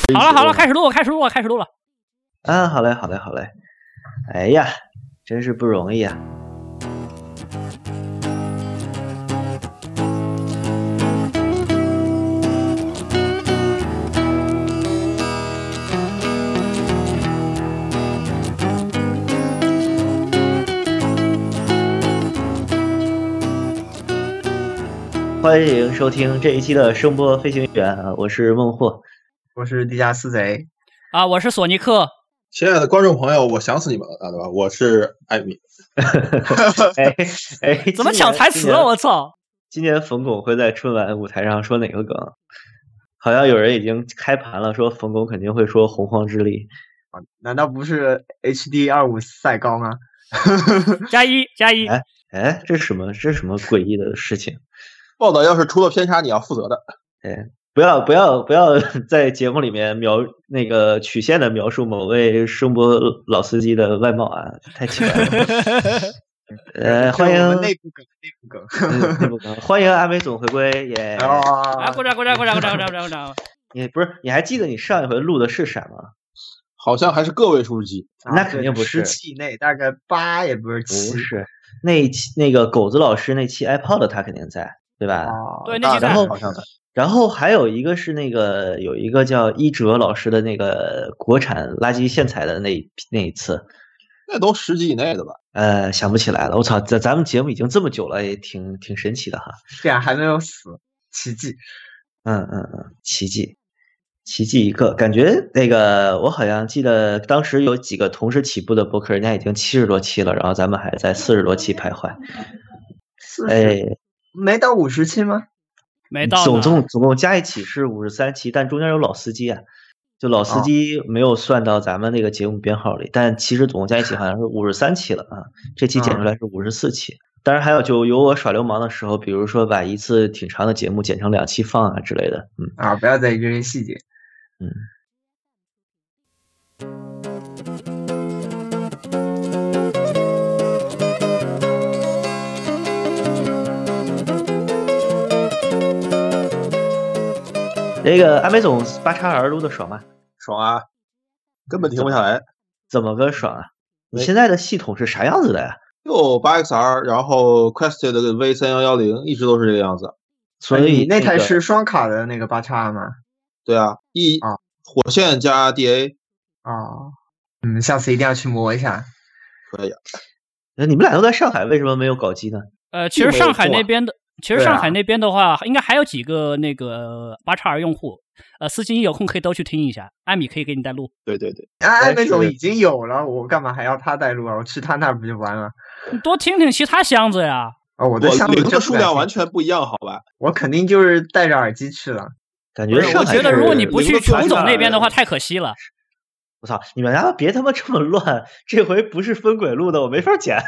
好了，开始录了。 啊，好嘞。哎呀，真是不容易啊。欢迎收听这一期的声波飞行员啊，我是孟获， 我是地下私贼啊，我是索尼克。 亲爱的观众朋友，我想死你们了啊，对吧？我是艾米。 怎么抢台词了？我操！ 今年冯巩会在春晚舞台上说哪个梗？好像有人已经开盘了，说冯巩肯定会说洪荒之力。 啊，难道不是 HD25赛高吗？ 加一。 哎，这是什么诡异的事情？ 报道要是出了偏差，你要负责的。 哎，不要在节目里面曲线的描述某位声波老司机的外貌啊，太奇怪了。欢迎内部梗， 欢迎阿美总回归耶！ 啊，鼓掌！ 你还记得你上一回录的是啥吗？ 好像还是个位数字， 那肯定不是 17以内，大概8也不是7。 不是那个狗子老师那期 iPod 他肯定在，对吧？ 对，那期在。 然后还有一个是有一个叫一哲老师的那个国产垃圾线材的那一次， 那都10集以内的吧？ 想不起来了。我操，咱们节目已经这么久了，也挺神奇的哈。 对啊，还没有死，奇迹。 奇迹一个，感觉我好像记得当时有几个同时起步的博客，人家已经70多期了，然后咱们还在40多期徘徊。 没到50期吗？ 没到， 总共加一起是53期，但中间有老司机啊，就老司机没有算到咱们那个节目编号里，但其实总共加一起好像是53期了啊，这期剪出来是54期。当然还有就有我耍流氓的时候，比如说把一次挺长的节目剪成2期放啊之类的。 不要在意这些细节。 阿美总8XR 撸的爽吗？ 爽啊，根本停不下来。 怎么个爽啊？你现在的系统是啥样子的呀？ 就 8XR， 然后 Quested 的 V3110一直都是这个样子。 所以那台是双卡的那个8XR吗？ 对啊，火线加 DA。 下次一定要去摸一下。 可以啊。 你们俩都在上海，为什么没有搞基呢？ 其实上海那边的话，应该还有几个那个8XR用户，私信有空可以都去听一下，艾米可以给你带路。 对。 艾米总已经有了，我干嘛还要他带路啊？我去他那不就完了？ 你多听听其他箱子呀。 我的箱子的数量完全不一样，好吧？ 我肯定就是带着耳机去了。 感觉我觉得如果你不去琼总那边的话，太可惜了。 我操！你们俩别他妈这么乱，这回不是分轨录的，我没法剪。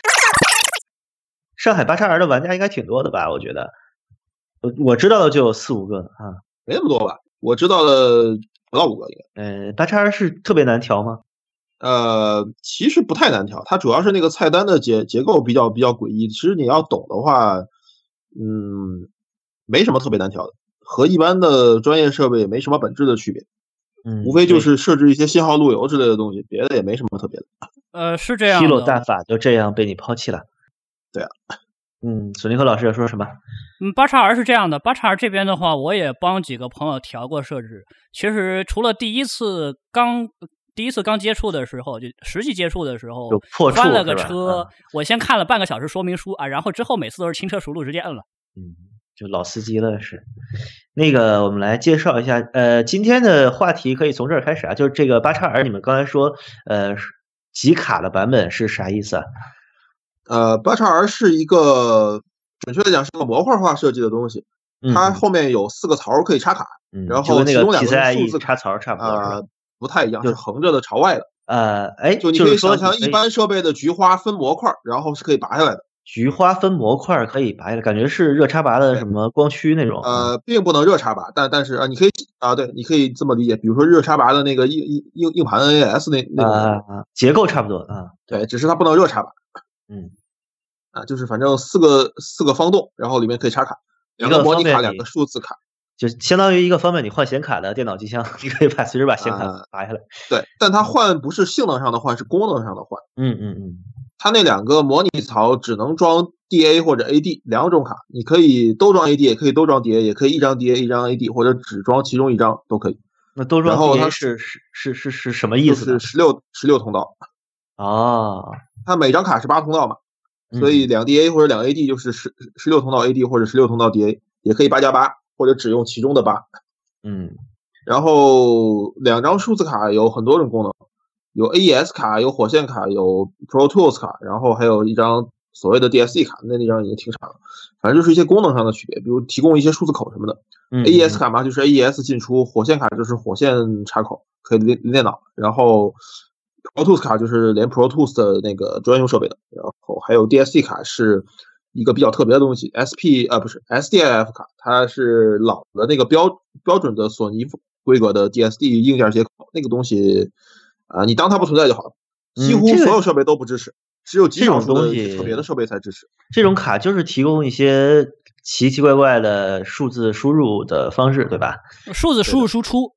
上海8XR 的玩家应该挺多的吧？我觉得，我知道的就有4、5个啊， 没那么多吧？我知道的不到5个应该。8XR 是特别难调吗？ 其实不太难调，它主要是那个菜单的结构比较诡异。其实你要懂的话，没什么特别难调的，和一般的专业设备没什么本质的区别。无非就是设置一些信号路由之类的东西，别的也没什么特别的。 是这样的。 披露大法就这样被你抛弃了。 对啊。 索尼克老师要说什么 ？8XR 是这样的，8XR 这边的话，我也帮几个朋友调过设置。其实除了第一次刚接触的时候，就实际接触的时候，翻了个车，我先看了半个小时说明书啊，然后之后每次都是轻车熟路，直接摁了。 就老司机了是。我们来介绍一下，今天的话题可以从这儿开始啊，就是这个8XR，你们刚才说，集卡的版本是啥意思啊 ？8XR 是一个，准确的讲是个模块化设计的东西，它后面有4个槽可以插卡，然后其中2个数字插槽差不多不太一样，是横着的朝外的。就你可以想象一般设备的菊花分模块，然后是可以拔下来的。 菊花分模块可以拔下来，感觉是热插拔的什么光驱那种。 并不能热插拔，但是你可以对，你可以这么理解，比如说热插拔的那个硬盘 NAS 那种结构差不多啊。 对，只是它不能热插拔。就是反正四个方洞，然后里面可以插卡，2个模拟卡，2个数字卡。 就相当于一个方便你换显卡的电脑机箱，你可以随时把显卡拔下来。 对，但它换不是性能上的换，是功能上的换。 嗯。 它那2个模拟槽只能装 DA 或者 AD 2种卡，你可以都装 AD， 也可以都装 DA， 也可以一张 DA 一张 AD， 或者只装其中一张都可以。 那都装 DA 是什么意思？ 是16通道。 哦， 它每张卡是8通道嘛，所以2 DA 或者2 AD 就是16通道 AD 或者16通道 DA， 也可以8+8，或者只用其中的8。然后2张数字卡有很多种功能，有 AES 卡，有火线卡，有 Pro Tools 卡，然后还有一张所谓的 DSC 卡，那张已经挺少了。反正就是一些功能上的区别，比如提供一些数字口什么的。AES 卡嘛，就是 AES 进出，火线卡就是火线插口，可以连电脑。然后 Pro Tools 卡就是连 Pro Tools 的那个专用设备的。然后还有 DSC 卡是一个比较特别的东西 ，SDIF 卡，它是老的那个标准的索尼规格的 DSD 硬件接口，那个东西你当它不存在就好了。几乎所有设备都不支持，只有极少数的特别的设备才支持。 这种卡就是提供一些奇奇怪怪的数字输入的方式，对吧？ 数字输入输出。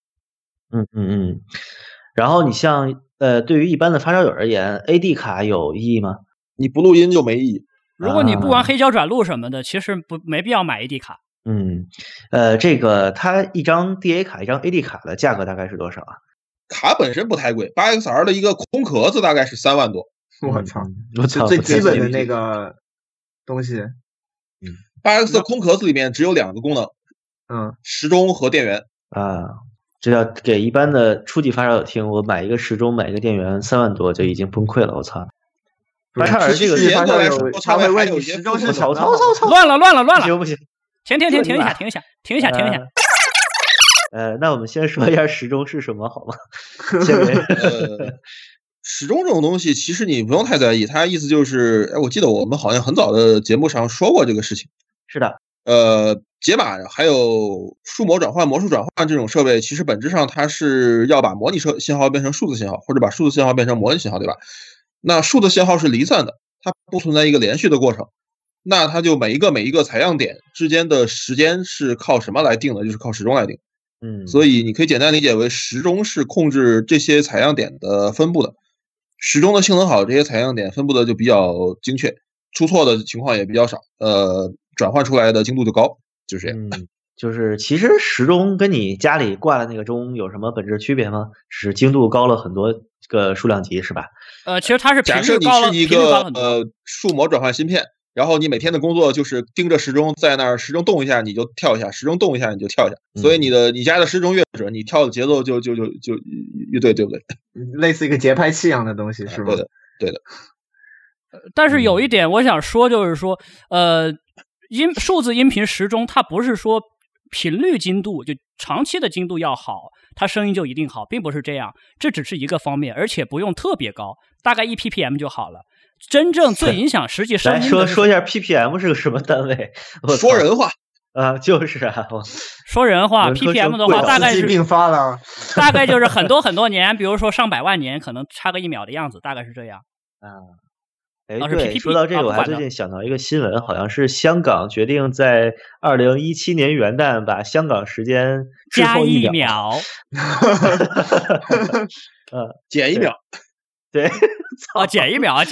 然后你像对于一般的发烧友而言 ，AD 卡有意义吗？ 你不录音就没意义。 如果你不玩黑胶转录什么的，其实没必要买 AD 卡。 这个它一张 DA 卡一张 AD 卡的价格大概是多少啊？ 卡本身不太贵，8XR 的一个空壳子大概是3万多。 我操，就最基本的那个东西。 8X 的空壳子里面只有2个功能，时钟和电源啊。这要给一般的初级发烧友听，我买一个时钟买一个电源3万多就已经崩溃了，我操！ 发烧友这个发烧友他会问你时钟是什么？ 乱了！ 不行， 停一下。 那我们先说一下时钟是什么好吗？ 时钟这种东西其实你不用太在意，它意思就是我记得我们好像很早的节目上说过这个事情。 是的。 解码还有数模转换、魔术转换这种设备，其实本质上它是要把模拟信号变成数字信号，或者把数字信号变成模拟信号，对吧？那数字信号是离散的，它不存在一个连续的过程，那它就每一个采样点之间的时间是靠什么来定的？就是靠时钟来定。所以你可以简单理解为时钟是控制这些采样点的分布的，时钟的性能好，这些采样点分布的就比较精确，出错的情况也比较少，转换出来的精度就高，就是这样。 就是其实时钟跟你家里挂的那个钟有什么本质区别吗？只是精度高了很多个数量级，是吧？ 其实它是假设你是一个数模转换芯片，然后你每天的工作就是盯着时钟，在那儿时钟动一下你就跳一下，时钟动一下你就跳一下，所以你家的时钟越准，你跳的节奏就越对，对不对？ 类似一个节拍器一样的东西，是吧？ 对的。 但是有一点我想说，就是说，数字音频时钟它不是说频率精度就长期的精度要好，它声音就一定好，并不是这样，这只是一个方面，而且不用特别高，大概1 ppm 就好了。真正最影响实际声音的说一下 ppm 是个什么单位？ 说人话就是啊， 说人话 ppm 的话大概是并发了， 大概就是很多年，比如说上百万年，可能差个1秒的样子，大概是这样。 对，说到这个，我还最近想到一个新闻，好像是香港决定在2017年元旦把香港时间加1秒， 减1秒， 对， 减1秒，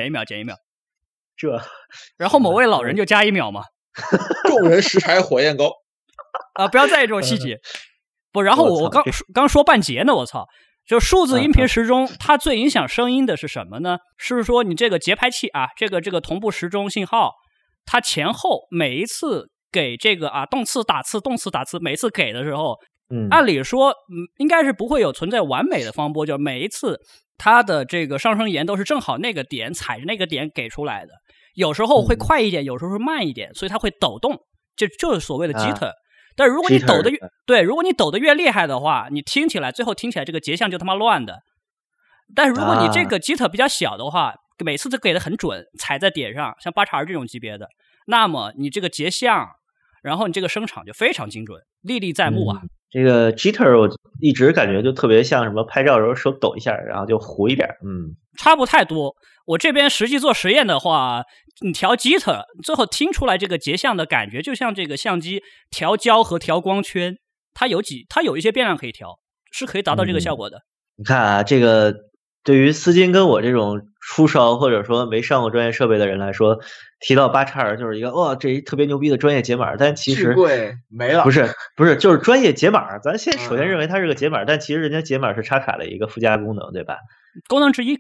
这， 然后某位老人就加1秒嘛， 众人拾柴火焰高不要在意这种细节。不，然后我刚说半截呢，我操。就数字音频时钟，它最影响声音的是什么呢？是说你这个节拍器啊，这个同步时钟信号，它前后每一次给这个动次打次，每次给的时候，按理说应该是不会有存在完美的方波，就每一次它的这个上升延都是正好那个点踩着那个点给出来的，有时候会快一点，有时候会慢一点，所以它会抖动，就是所谓的 jitter。但是如果你抖得越厉害的话，你最后听起来这个节相就他妈乱的。但是如果你这个jitter比较小的话，每次都给的很准，踩在点上，像8XR这种级别的，那么你这个节相，然后你这个声场就非常精准，历历在目啊。 这个 jitter 我一直感觉就特别像什么拍照的时候手抖一下，然后就糊一点。 差不太多。我这边实际做实验的话，你调 jitter， 最后听出来这个结像的感觉，就像这个相机调焦和调光圈，它有一些变量可以调，是可以达到这个效果的。 你看啊，这个对于思金跟我这种初烧或者说没上过专业设备的人来说，提到8X2就是一个这一特别牛逼的专业解码，但其实贵没了。 不是，就是专业解码。咱首先认为它是个解码，但其实人家解码是插卡的一个附加功能，对吧？ 功能之一。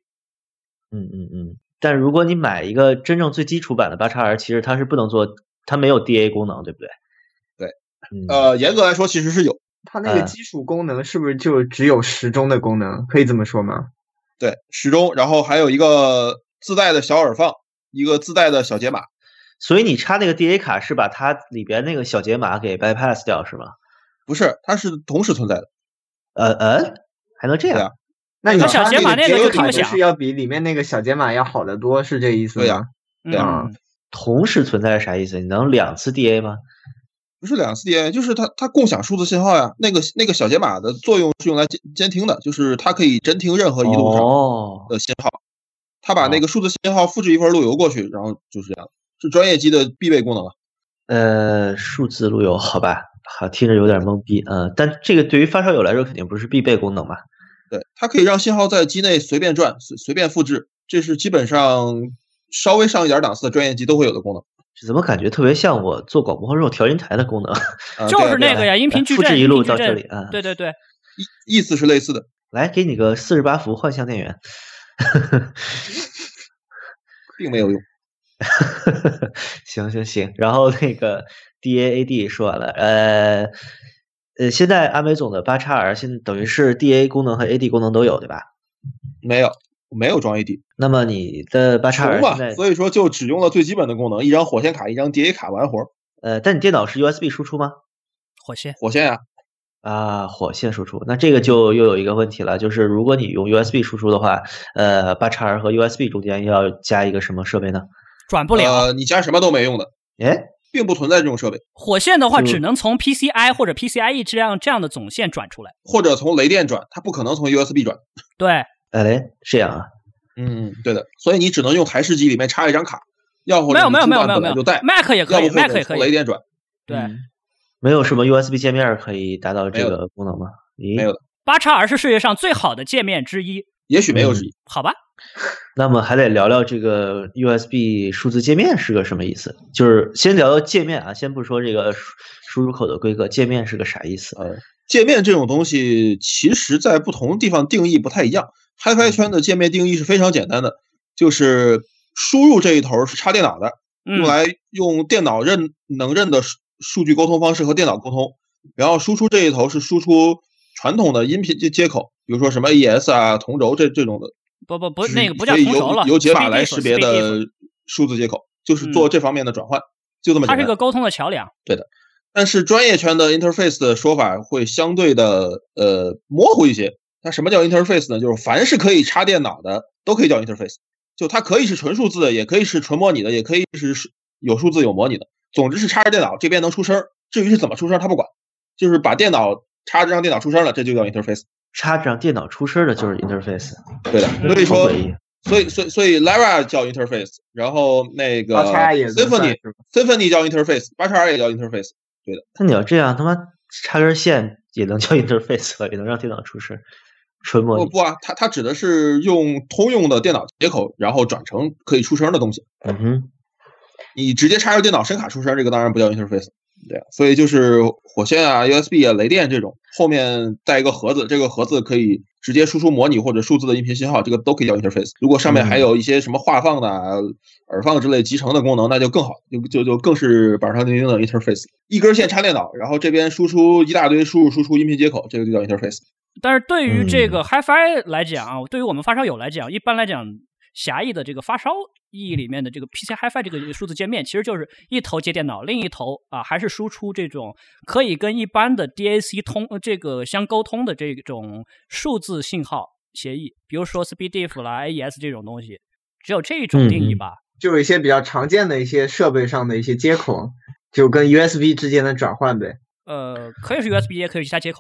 但如果你买一个真正最基础版的8X2，其实它是不能做，它没有 DA 功能，对不对？ 对，严格来说其实是有。 它那个基础功能是不是就只有时钟的功能？可以这么说吗？ 对，时钟，然后还有一个自带的小耳放，一个自带的小解码。 所以你插那个 DA 卡是把它里边那个小解码给 bypass 掉是吗？ 不是，它是同时存在的。 还能这样？ 那你小解码那个就听不响， 是要比里面那个小解码要好得多，是这意思吗？ 对呀。 同时存在是啥意思？你能2次 DA 吗？ 不是2次 DA， 就是它共享数字信号呀。那个小解码的作用是用来监听的，就是它可以侦听任何一路上的信号。它把那个数字信号复制一份路由过去，然后就是这样，是专业机的必备功能啊。 数字路由，好吧，好，听着有点懵逼。但这个对于发烧友来说肯定不是必备功能嘛。 对，它可以让信号在机内随便转、随便复制，这是基本上稍微上一点档次的专业机都会有的功能。 怎么感觉特别像我做广播后调音台的功能？ 就是那个呀，音频矩阵， 复制一路到这里啊。 对， 意思是类似的。 来，给你个48伏幻象电源， 并没有用。 行，然后那个 DAAD 说完了，现在阿美总的8X2现在等于是 DA 功能和 AD 功能都有，对吧？ 没有装 AD。 那么你的8X2现在， 所以说就只用了最基本的功能，一张火线卡，一张 DA 卡完活。 但你电脑是 USB 输出吗？ 火线呀。 火线输出，那这个就又有一个问题了，就是如果你用 USB 输出的话，8X2和 USB 中间要加一个什么设备呢？ 转不了。 你加什么都没用的。并不存在这种设备。 火线的话，只能从 PCI 或者 PCIe 这样的总线转出来， 或者从雷电转，它不可能从 USB 转。 对， 这样啊。 对的。所以你只能用台式机里面插一张卡，要或者没有就带 Mac 也可以，Mac 也可以雷电转。 对， 没有什么 USB 界面可以达到这个功能吗？ 没有的。 8X2是世界上最好的界面之一， 也许没有之一。 好吧。 那么还得聊聊这个 USB 数字界面是个什么意思？就是先聊聊界面啊，先不说这个输入口的规格，界面是个啥意思？ 界面这种东西，其实在不同地方定义不太一样。HiFi 圈的界面定义是非常简单的，就是输入这一头是插电脑的，用来用电脑能认的数据沟通方式和电脑沟通，然后输出这一头是输出传统的音频接口，比如说什么 AES 啊、同轴这种的。 不，那个不叫同轴了， 由解码来识别的数字接口，就是做这方面的转换，就这么简单。 它是一个沟通的桥梁。 对的。但是专业圈的 interface 的说法会相对的模糊一些。那什么叫 interface 呢？就是凡是可以插电脑的都可以叫 interface， 就它可以是纯数字的，也可以是纯模拟的，也可以是有数字有模拟的，总之是插着电脑这边能出声，至于是怎么出声他不管，就是把电脑插着让电脑出声了，这就叫 interface。 插着让电脑出声的就是 interface。 对的。所以说所以 Lyra 叫 interface， 然后那个 Symphony 叫 interface， 8X2 也叫 interface。对的。 那你要这样，他妈插根线也能叫 interface， 也能让电脑出声，纯模拟。 不啊，它指的是用通用的电脑接口，然后转成可以出声的东西。你直接插入电脑声卡出声，这个当然不叫 interface。对，所以就是火线啊、USB 啊、雷电这种，后面带一个盒子，这个盒子可以直接输出模拟或者数字的音频信号，这个都可以叫 interface。如果上面还有一些什么话放的、耳放之类集成的功能，那就更好，就更是板上钉钉的 interface。一根线插电脑，然后这边输出一大堆输入输出音频接口，这个就叫 interface。 但是对于这个 HiFi 来讲啊，对于我们发烧友来讲，一般来讲，狭义的这个发烧意义里面的这个 PC HiFi 这个数字界面，其实就是一头接电脑，另一头还是输出这种可以跟一般的 DAC 这个相沟通的这种数字信号协议，比如说 SpeedDiff 啦、AES 这种东西，只有这种定义吧。 就有一些比较常见的一些设备上的一些接口，就跟 USB 之间的转换呗。 可以是 USB， 也可以是其他接口嘛。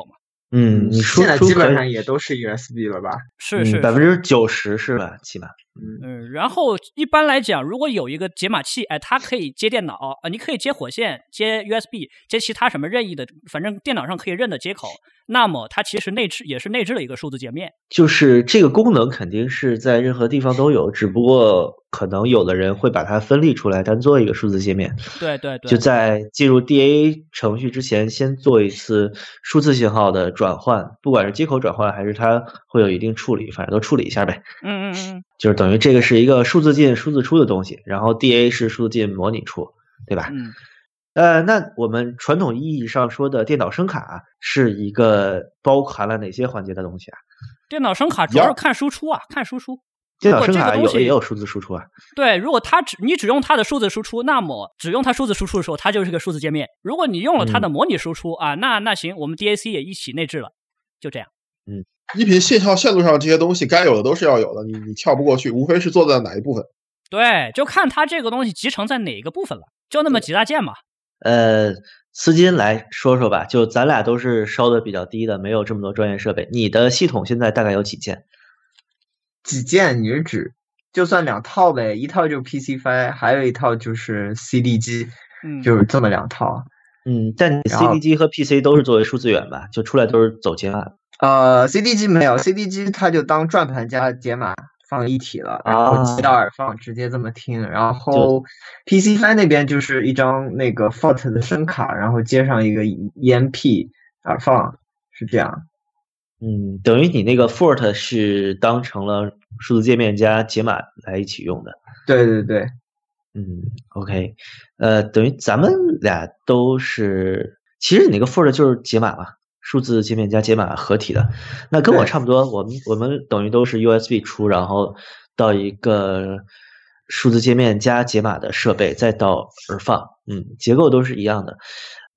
你输现在基本上也都是 USB 了吧？ 是 90%是吧？起码。 然后一般来讲，如果有一个解码器，它可以接电脑你可以接火线、接 USB、接其他什么任意的，反正电脑上可以认的接口。那么它其实也是内置了一个数字界面。 就是这个功能肯定是在任何地方都有，只不过可能有的人会把它分立出来，单做一个数字界面。 对， 就在进入 DAA 程序之前，先做一次数字信号的转换，不管是接口转换还是它会有一定处理，反正都处理一下呗。就是等于这个是一个数字进数字出的东西，然后 DAA 是数字进模拟出，对吧？那我们传统意义上说的电脑声卡是一个包含了哪些环节的东西啊？ 电脑声卡主要是看输出看输出。 电脑声卡也有数字输出啊。 对，如果你只用它的数字输出，那么只用它数字输出的时候，它就是个数字界面。如果你用了它的模拟输出那行，我们 DAC 也一起内置了，就这样。 音频信号线路上这些东西该有的都是要有的，你跳不过去，无非是做在哪一部分。 对，就看它这个东西集成在哪一个部分了，就那么几大件嘛。 思金来说说吧，就咱俩都是烧的比较低的，没有这么多专业设备。你的系统现在大概有几件？ 几件？你是指就算2套呗，一套就是 PC5， 还有一套就是 CD 机，就是这么2套。 但你 CD 机和 PC 都是作为数字源吧？就出来都是走解码。 CD 机没有 ，CD 机它就当转盘加解码放一体了，然后接到耳放直接这么听。然后 PC5 那边就是一张那个 Fort 的声卡，然后接上一个 EMP 耳放，是这样。 等于你那个 Fort 是当成了数字界面加解码来一起用的。 对。 OK， 等于咱们俩都是，其实你那个 Fort 就是解码嘛，数字界面加解码合体的。那跟我差不多，我们等于都是 USB 出，然后到一个数字界面加解码的设备，再到耳放，结构都是一样的。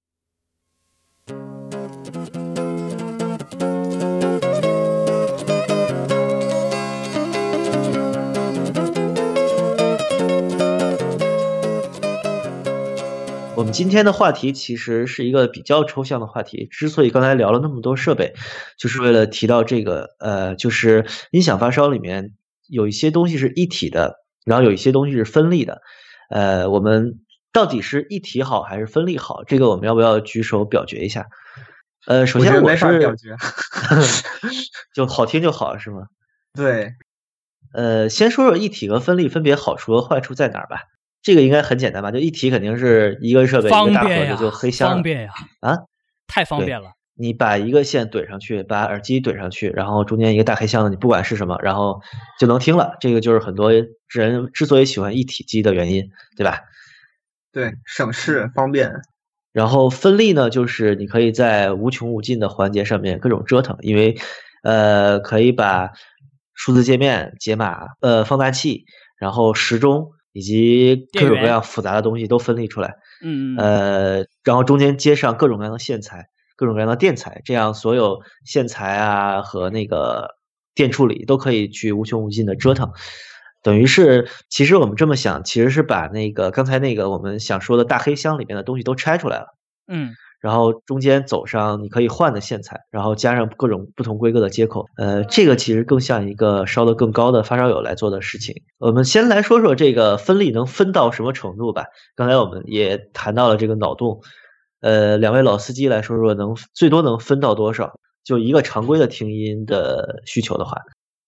我们今天的话题其实是一个比较抽象的话题，之所以刚才聊了那么多设备，就是为了提到这个就是音响发烧里面有一些东西是一体的，然后有一些东西是分立的。我们到底是一体好还是分立好？这个我们要不要举手表决一下？首先我是表决就好听就好是吗？ 对。 先说说一体和分立分别好处和坏处在哪儿吧。这个应该很简单吧？就一体肯定是一个设备一个大盒子就黑箱了， 方便呀！太方便了。你把一个线怼上去，把耳机怼上去，然后中间一个大黑箱子，你不管是什么，然后就能听了。这个就是很多人之所以喜欢一体机的原因，对吧？ 对，省事方便。 然后分立呢，就是你可以在无穷无尽的环节上面各种折腾，因为可以把数字界面、解码、放大器，然后时钟以及各种各样复杂的东西都分立出来，然后中间接上各种各样的线材、各种各样的电材，这样所有线材和那个电处理都可以去无穷无尽的折腾。等于是，其实我们这么想，其实是把那个刚才那个我们想说的大黑箱里面的东西都拆出来了，然后中间走上你可以换的线材，然后加上各种不同规格的接口，这个其实更像一个烧得更高的发烧友来做的事情。我们先来说说这个分立能分到什么程度吧。刚才我们也谈到了这个脑洞，两位老司机来说说最多能分到多少？就一个常规的听音的需求的话。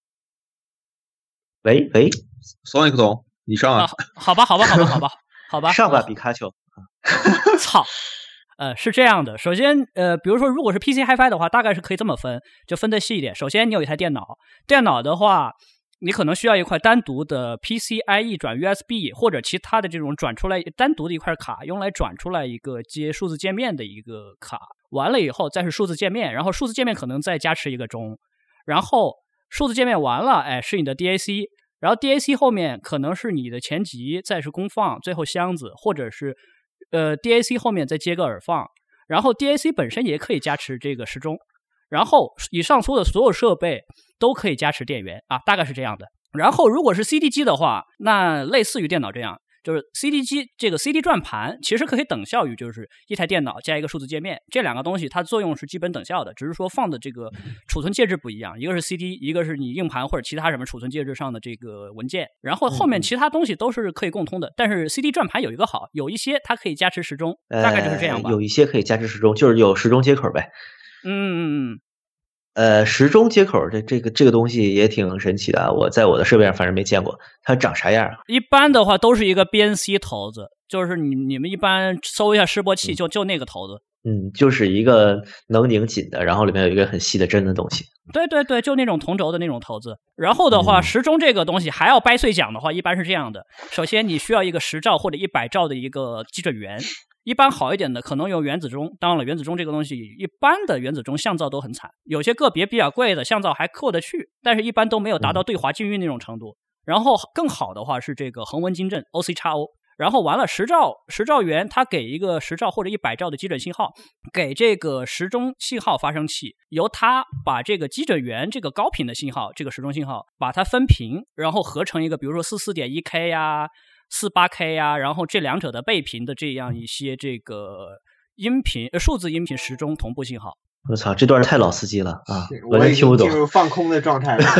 喂 ，Sonic 总，你上啊？ 好吧， 上吧，比卡丘。 操！是这样的，首先，比如说，如果是 PC Hi-Fi 的话，大概是可以这么分，就分得细一点。首先，你有一台电脑，电脑的话，你可能需要一块单独的 PCIe 转 USB 或者其他的这种转出来单独的一块卡，用来转出来一个接数字界面的一个卡。完了以后，再是数字界面，然后数字界面可能再加持一个钟，然后数字界面完了，是你的 DAC， 然后 DAC 后面可能是你的前级，再是功放，最后箱子，或者是DAC 后面再接个耳放，然后 DAC 本身也可以加持这个时钟，然后以上说的所有设备都可以加持电源啊，大概是这样的。然后如果是 CD 机的话，那类似于电脑这样， 就是 CD 机这个 CD 转盘其实可以等效于就是一台电脑加一个数字界面，这两个东西它作用是基本等效的，只是说放的这个储存介质不一样，一个是 CD， 一个是你硬盘或者其他什么储存介质上的这个文件，然后后面其他东西都是可以共通的。但是 CD 转盘有一个好，有一些它可以加持时钟，大概就是这样吧。 有一些可以加持时钟，就是有时钟接口呗。时钟接口这个东西也挺神奇的，我在我的设备上反正没见过，它长啥样？ 一般的话都是一个 BNC 头子，就是你们一般搜一下示波器就那个头子。 就是一个能拧紧的，然后里面有一个很细的针的东西。 对对对，就那种同轴的那种头子。然后的话，时钟这个东西还要掰碎讲的话，一般是这样的：首先你需要一个10兆或者100兆的一个基准源。一般好一点的可能用原子钟，当然了，原子钟这个东西一般的原子钟相噪都很惨，有些个别比较贵的相噪还过得去，但是一般都没有达到对华禁运那种程度。然后更好的话是这个恒温晶振 OCXO， 然后完了10兆元，它给一个10兆或者100兆的基准信号，给这个时钟信号发生器，由它把这个基准源这个高频的信号，这个时钟信号把它分频，然后合成一个比如说 44.1K 呀48K 呀，然后这两者的倍频的这样一些这个数字音频时钟同步信号。 我操，这段太老司机了啊！ 我已经进入放空的状态了。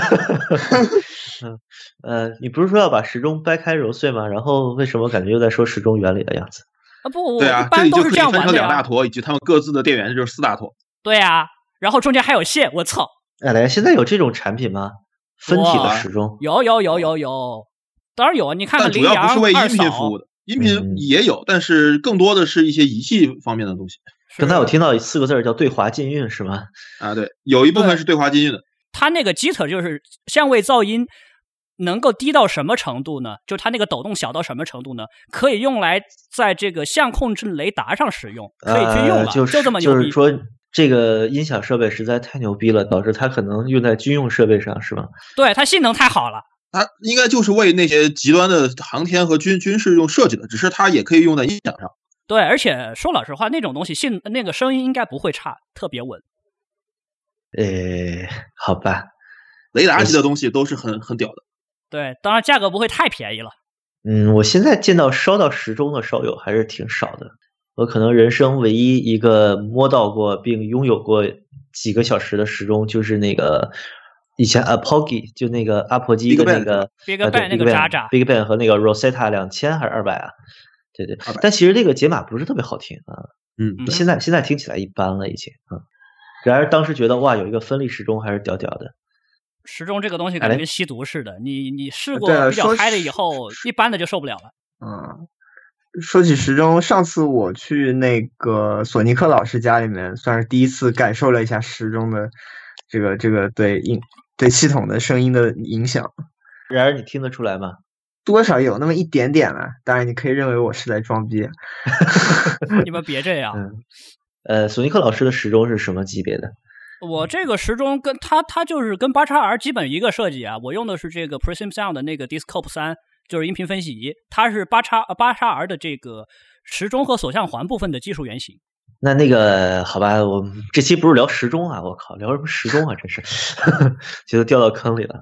你不是说要把时钟掰开揉碎吗？然后为什么感觉又在说时钟原理的样子？ 不， 对啊， 一般都是这样玩的呀。 这里就可以分成2大坨，以及它们各自的电源就是4大坨。 对啊，然后中间还有线，我操！ 来，现在有这种产品吗？分体的时钟？ 有，当然有啊！你看看羚羊但主要不是为音频服务的，音频也有，但是更多的是一些仪器方面的东西。 刚才我听到4个字叫对华禁运是吗？ 啊，对，有一部分是对华禁运的。 它那个基础就是相位噪音能够低到什么程度呢？就它那个抖动小到什么程度呢？可以用来在这个相控制雷达上使用，可以军用了，就这么牛逼。 就是说这个音响设备实在太牛逼了，导致它可能用在军用设备上，是吗？ 对，它性能太好了。 它应该就是为那些极端的航天和军事用设计的，只是它也可以用在音响上。 对，而且说老实话，那种东西那个声音应该不会差，特别稳。 好吧， 雷达级的东西都是很屌的。 对，当然价格不会太便宜了。 我现在见到烧到时钟的烧友还是挺少的。我可能人生唯一一个摸到过并拥有过几个小时的时钟，就是那个以前 Apogee 就那个阿婆机的那个 Big Bang 那个渣渣 Big Bang 和那个 Rosetta 2000还是200啊？对，但其实那个解码不是特别好听啊。现在听起来一般了已经然而当时觉得哇，有一个分立时钟还是屌屌的。 时钟这个东西感觉跟吸毒似的，你试过比较嗨了以后，一般的就受不了了。 说起时钟，上次我去那个索尼克老师家里面，算是第一次感受了一下时钟的这个对系统的声音的影响。 然而你听得出来吗？ 多少有那么一点点了，当然你可以认为我是在装逼。 你们别这样。 索尼克老师的时钟是什么级别的？ 我这个时钟跟它就是跟8XR 基本一个设计啊。我用的是这个 Prism Sound 的那个 Discope 3，就是音频分析仪，它是8XR 的这个时钟和锁相环部分的技术原型。 那个好吧，我这期不是聊时钟啊，我靠，聊什么时钟啊，真是觉得掉到坑里了。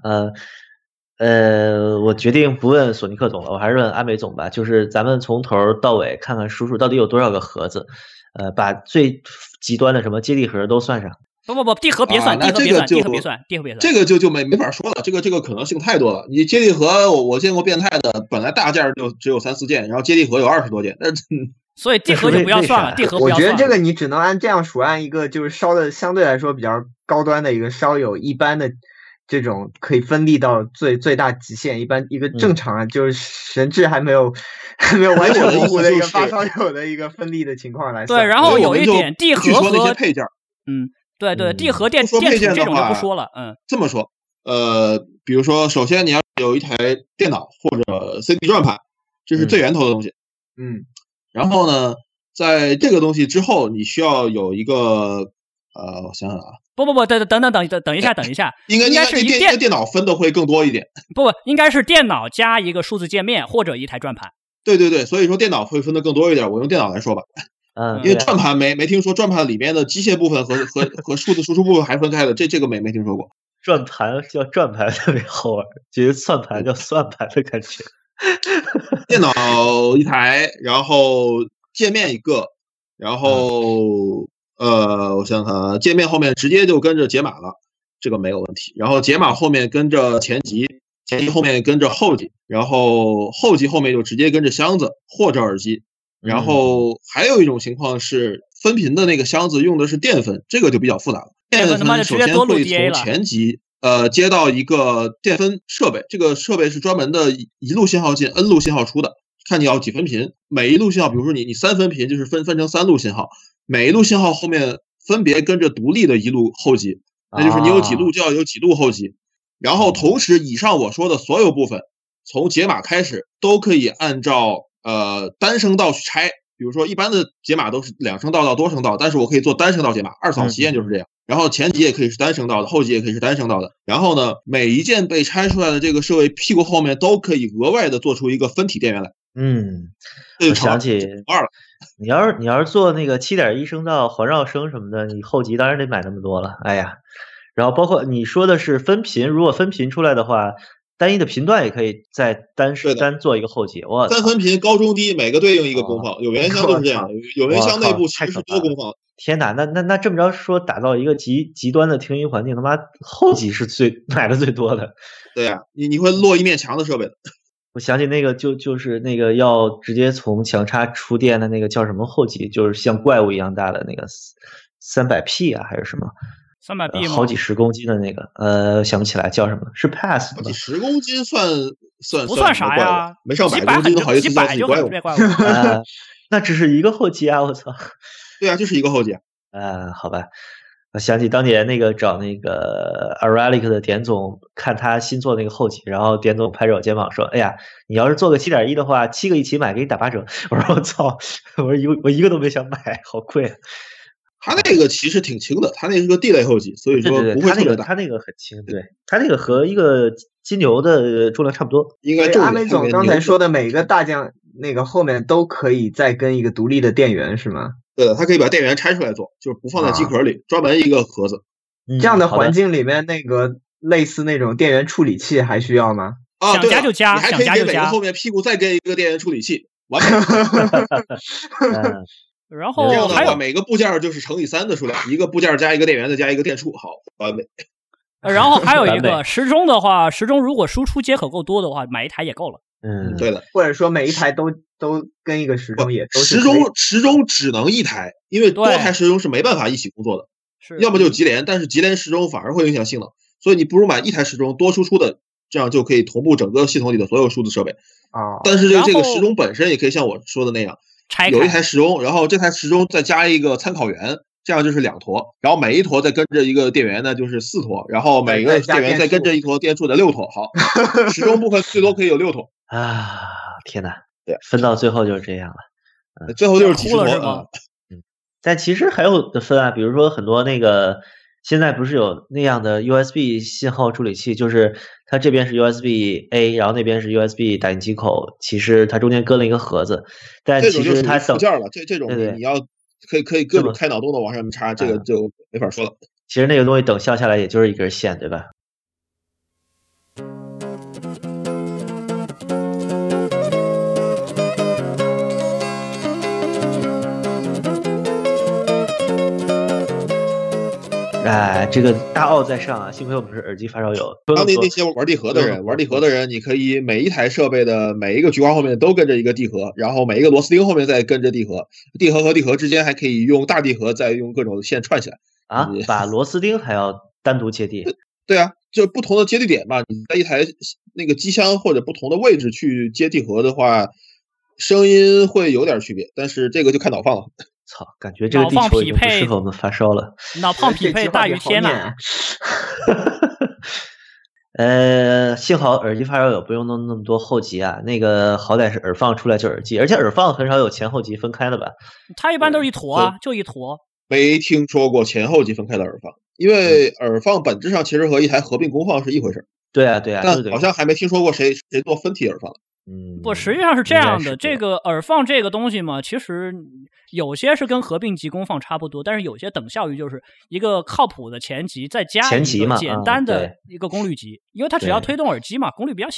我决定不问索尼克总了，我还是问阿美总吧。就是咱们从头到尾看看叔叔到底有多少个盒子，把最极端的什么接地盒都算上。 不，地盒别算，地盒别算。 这个就没法说了，这个可能性太多了。你接地盒，我见过变态的，本来大件就只有3-4件，然后接地盒有20多件， 所以地盒就不要算了，地盒不要算了。 我觉得这个你只能按这样数，按一个就是烧的相对来说比较高端的一个烧友一般的这种可以分立到最大极限，一般一个正常就是神智还没有完全模糊的一个发烧友的一个分立的情况来算。 对，然后有一点地盒和那些配件， 对，地盒电池这种就不说了。 这么说，比如说，首先你要有一台电脑或者 CD 转盘，这是最源头的东西。然后呢，在这个东西之后，你需要有一个我想想啊。 不，等一下，应该是电脑分的会更多一点。 不，应该是电脑加一个数字界面或者一台转盘。 对，所以说电脑会分的更多一点。我用电脑来说吧。因为转盘没听说转盘里面的机械部分和数字输出部分还分开的，这个没听说过。 转盘叫转盘特别好玩，觉得算盘叫算盘的感觉。 电脑一台，然后界面一个，然后我想想看，界面后面直接就跟着解码了，这个没有问题。然后解码后面跟着前级，前级后面跟着后级，然后后级后面就直接跟着箱子或者耳机。然后还有一种情况是分频的那个箱子用的是电分，这个就比较复杂了。电分首先会从前级接到一个电分设备，这个设备是专门的一路信号进 N 路信号出的，看你要几分频，每一路信号，比如说你3分频就是分成3路信号，每一路信号后面分别跟着独立的一路后级，那就是你有几路就要有几路后级。然后同时以上我说的所有部分从解码开始都可以按照单声道去拆，比如说一般的解码都是2声道到多声道，但是我可以做单声道解码，二扫旗舰就是这样。然后前级也可以是单声道的，后级也可以是单声道的。然后呢，每一件被拆出来的这个设备屁股后面都可以额外的做出一个分体电源来。 我想起二了。 你要是做那个 7.1 声道环绕声什么的，你后级当然得买那么多了。哎呀，然后包括你说的是分频，如果分频出来的话，单一的频段也可以再单做一个后级。哇 ，3分频高中低每个对应一个功放，有源箱都是这样的，有源箱内部其实是多功放。 天哪，那这么着说，打造一个极端的听音环境，他妈后级是买的最多的。 对呀，你会落一面墙的设备的。 我想起那个就是那个要直接从强插出电的那个叫什么后级，就是像怪物一样大的那个300P 啊还是什么 300P 吗？ 好几十公斤的那个想不起来叫什么，是 Pass 吗？好几十公斤算不算啥呀？ 没上百公斤都好意思叫自己怪物。 那只是一个后级啊！我操。 对啊，就是一个后级。 好吧。我想起当年那个找那个 Auralic 的点总看他新做那个后级，然后点总拍着我肩膀说：“哎呀，你要是做个 7.1 的话，7个一起买，给你打8折。”我说：“我操！我一个都没想买，好贵啊。” 他那个其实挺轻的，他那是个地雷后级，所以说不会特别大。 他那个很轻，对，他那个和一个金牛的重量差不多。 应该阿美总刚才说的每个大将那个后面都可以再跟一个独立的电源是吗？ 对的，它可以把电源拆出来做，就是不放在机壳里，专门一个盒子。 这样的环境里面，那个类似那种电源处理器还需要吗？ 想加就加， 你还可以给每个后面屁股再跟一个电源处理器，完美。 然后这样的话，每个部件就是乘以3的数量，一个部件加一个电源，再加一个电触，好，完美。 然后还有一个时钟的话，时钟如果输出接口够多的话，买一台也够了。 对的， 或者说每一台都跟一个时钟也都是时钟只能一台，因为多台时钟是没办法一起工作的，要么就级联，但是级联时钟反而会影响性能，所以你不如买一台时钟多输出的，这样就可以同步整个系统里的所有数字设备啊。 但是这个时钟本身也可以像我说的那样，有一台时钟，然后这台时钟再加一个参考源，这样就是2坨，然后每一坨再跟着一个电源呢就是4坨，然后每个电源再跟着一坨电触的6坨，好，时钟部分最多可以有6坨啊！天哪， 对， 分到最后就是这样了， 最后就是几十坨吗？ 但其实还有的分啊，比如说很多那个现在不是有那样的 USB 信号处理器，就是它这边是 USB A， 然后那边是 USB 打印机口，其实它中间搁了一个盒子，但其实它附件了，这种你要可以各种开脑洞的往上面插，这个就没法说了。 其实那个东西等效下来也就是一根线，对吧？哎，这个大奥在上啊！幸亏我们是耳机发烧友。 当年那些玩地核的人，你可以每一台设备的每一个菊花后面都跟着一个地核，然后每一个螺丝钉后面再跟着地核，地核和地核之间还可以用大地核再用各种线串起来啊！把螺丝钉还要单独接地？ 对啊，就不同的接地点嘛。你在一台那个机箱或者不同的位置去接地核的话，声音会有点区别，但是这个就看脑放了。 操，感觉这个地球已经不适合我们发烧了。 脑放匹配大于天呐！ 幸好耳机发烧友不用弄那么多后级啊，那个好歹是耳放出来就耳机，而且耳放很少有前后级分开的吧？ 它一般都是一坨啊，就一坨。 没听说过前后级分开的耳放，因为耳放本质上其实和一台合并功放是一回事。 对啊，对啊， 但好像还没听说过谁做分体耳放。 不，实际上是这样的，这个耳放这个东西嘛，其实有些是跟合并级功放差不多，但是有些等效于就是一个靠谱的前级再加一个简单的一个功率级，因为它只要推动耳机嘛，功率比较小。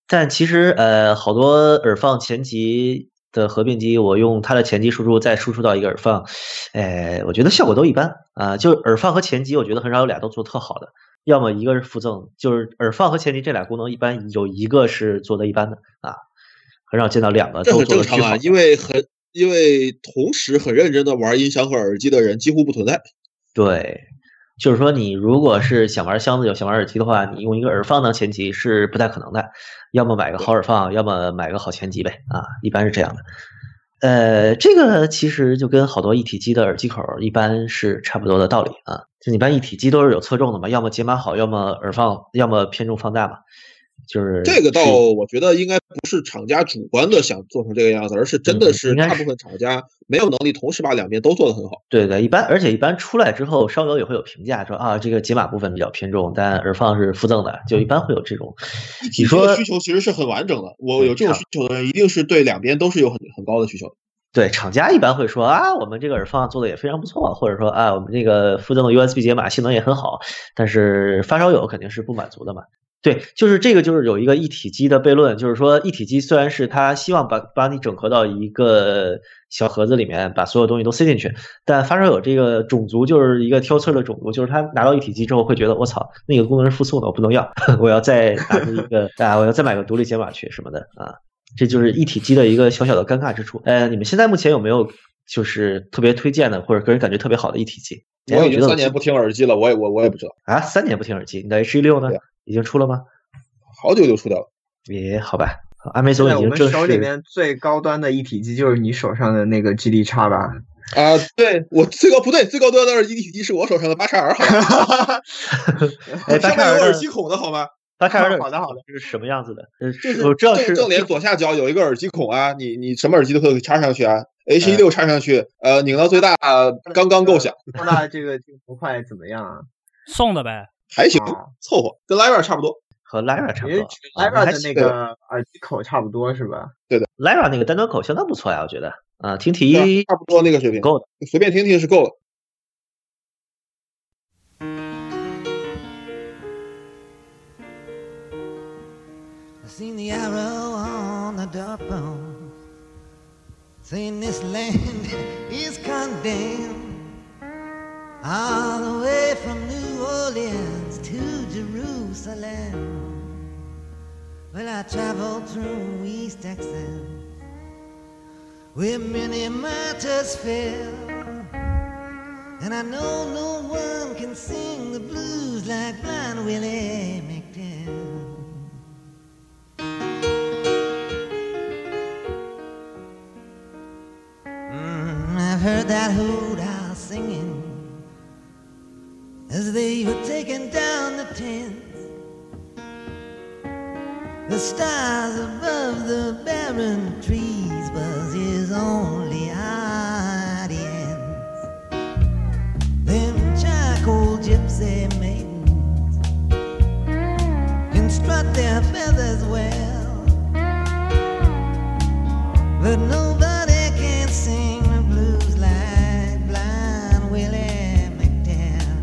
但其实好多耳放前级的合并机，我用它的前级输出再输出到一个耳放，我觉得效果都一般啊。就耳放和前级，我觉得很少有俩都做特好的，要么一个是附赠，就是耳放和前级这俩功能一般有一个是做的一般的啊，很少见到两个都做的巨好。这很正常啊， 因为同时很认真的玩音箱和耳机的人几乎不存在。 对。就是说，你如果是想玩箱子有想玩耳机的话，你用一个耳放当前级是不太可能的，要么买个好耳放，要么买个好前级呗啊，一般是这样的。这个其实就跟好多一体机的耳机口一般是差不多的道理啊，就一般一体机都是有侧重的嘛，要么解码好，要么耳放，要么偏重放大嘛。就是这个倒我觉得应该不是厂家主观的想做成这个样子，而是真的是大部分厂家没有能力同时把两边都做得很好。 对，而且一般出来之后稍微也会有评价说啊，这个解码部分比较偏重，但耳放是附赠的，就一般会有这种。 你说需求其实是很完整的，我有这种需求的人一定是对两边都是有很高的需求的。 对，厂家一般会说啊，我们这个耳放做的也非常不错，或者说啊，我们这个附赠的 USB 解码性能也很好，但是发烧友肯定是不满足的嘛。对，就是这个，就是有一个一体机的悖论，就是说一体机虽然是他希望把你整合到一个小盒子里面，把所有东西都塞进去，但发烧友这个种族就是一个挑刺的种族，就是他拿到一体机之后会觉得我操，那个功能是附送的，我不能要，我要再拿出一个我要再买个独立解码去什么的啊，这就是一体机的一个小小的尴尬之处。你们现在目前有没有就是特别推荐的或者个人感觉特别好的一体机？ 我已经3年不听耳机了，我也不知道啊，3年不听耳机，你的 H16 呢？已经出了吗？ 好久就出掉了。 也好吧，阿梅总已经正式。 我们手里面最高端的一体机就是你手上的那个 GD-X 吧？ 对，我最高端的耳机一体机是我手上的8X2，好吧？上面有耳机孔的好吗 ？8X2好的，这是什么样子的？ 就是我知道是正脸左下角有一个耳机孔啊，你什么耳机都可以插上去啊。H16 插上去，拧到最大，刚刚够响。 放大这个镜头块怎么样啊？ 送的呗， 还行，凑合，跟 Lyra 差不多。 和 Lyra 差不多 ，Lyra 的那个耳机口差不多是吧？ 对的 ，Lyra 那个单端口相当不错呀，我觉得啊，听题差不多那个水平， 够的， 随便听听是够了。 Seen the arrow on the doorpost, saying this land is condemned, all the way from New Orleans to Jerusalem. Well, I traveled through East Texas, where many martyrs fell, and I know no one can sing the blues like Blind Willie McDowell. I've heard that hoot owl singing as they were taking down the tents. The stars above the barren trees was his only audience. Them charcoal gypsy maidens can strut their feathers well, but nobody can sing the blues like Blind Willie McDowell.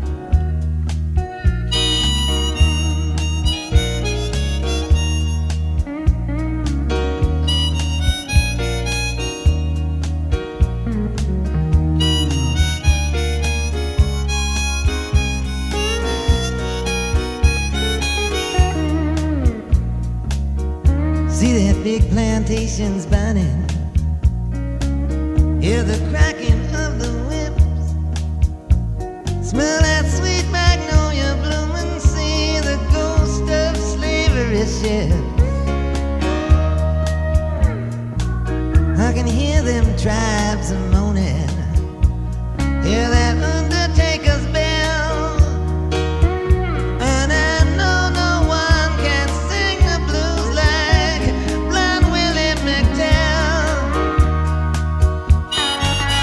See that big plantations burning, hear the cracking of the whips, smell that sweet magnolia blooming, see the ghost of slavery ships. I can hear them tribes moaning, hear that undertaker's bell, and I know no one can sing the blues like Blind Willie McDowell.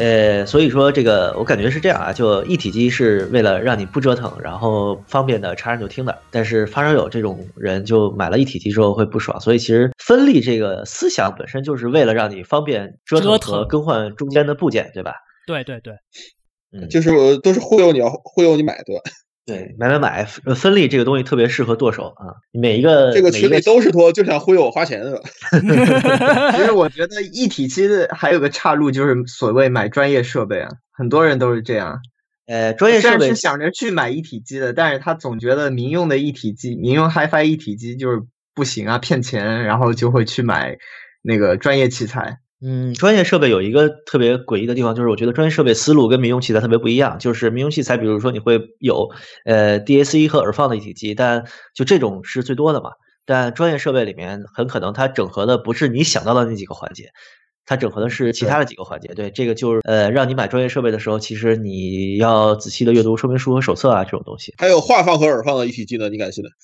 所以说这个我感觉是这样啊，就一体机是为了让你不折腾，然后方便的插上就听的。但是发烧友这种人就买了一体机之后会不爽，所以其实分立这个思想本身就是为了让你方便折腾和更换中间的部件，对吧？ 对， 就是都是忽悠你买，对吧？ 对，买，分立这个东西特别适合剁手啊！每一个这个群里都是说就想忽悠我花钱的。 其实我觉得一体机的还有个岔路，就是所谓买专业设备啊，很多人都是这样。 专业设备是想着去买一体机的，但是他总觉得民用的一体机、民用 HiFi 一体机就是不行啊，骗钱，然后就会去买那个专业器材。 专业设备有一个特别诡异的地方，就是我觉得专业设备思路跟民用器材特别不一样。就是民用器材，比如说你会有DAC 和耳放的一体机，但就这种是最多的嘛。但专业设备里面很可能它整合的不是你想到的那几个环节，它整合的是其他的几个环节。对，这个就是让你买专业设备的时候，其实你要仔细的阅读说明书和手册啊这种东西。 还有话放和耳放的一体机呢，你敢信呢？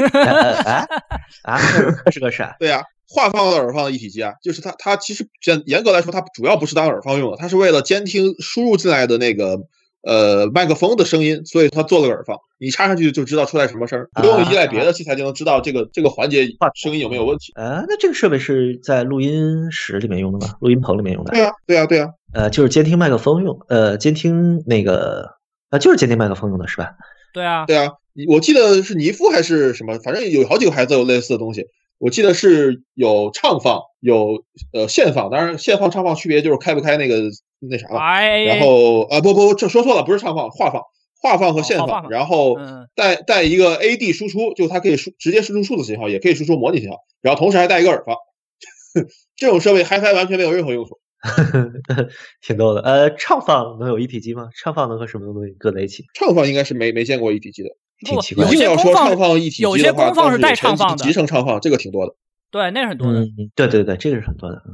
这是个啥？ 对啊。话放的耳放的一体机啊，就是它其实严格来说，它主要不是当耳放用的，它是为了监听输入进来的那个麦克风的声音，所以它做了个耳放，你插上去就知道出来什么声，不用依赖别的器材就能知道这个环节声音有没有问题。 那这个设备是在录音室里面用的吗？录音棚里面用的？ 对啊。 就是监听麦克风用，监听那个就是监听麦克风用的是吧？ 对啊， 我记得是尼夫还是什么，反正有好几个牌子有类似的东西。我记得是有唱放，有线放，当然线放唱放区别就是开不开那啥了。然后不，这说错了，不是唱放，话放和线放，然后带一个 AD 输出，就它可以直接输出数字信号，也可以输出模拟信号，然后同时还带一个耳放。这种设备 HiFi 完全没有任何用处。 挺逗的。唱放能有一体机吗？唱放能和什么东西搁在一起？ 唱放应该是没见过一体机的。 挺奇怪的。 硬要说唱放一体机的话， 有些功放是带唱放的， 集成唱放这个挺多的。 对，那是很多的。 对，这个是很多的。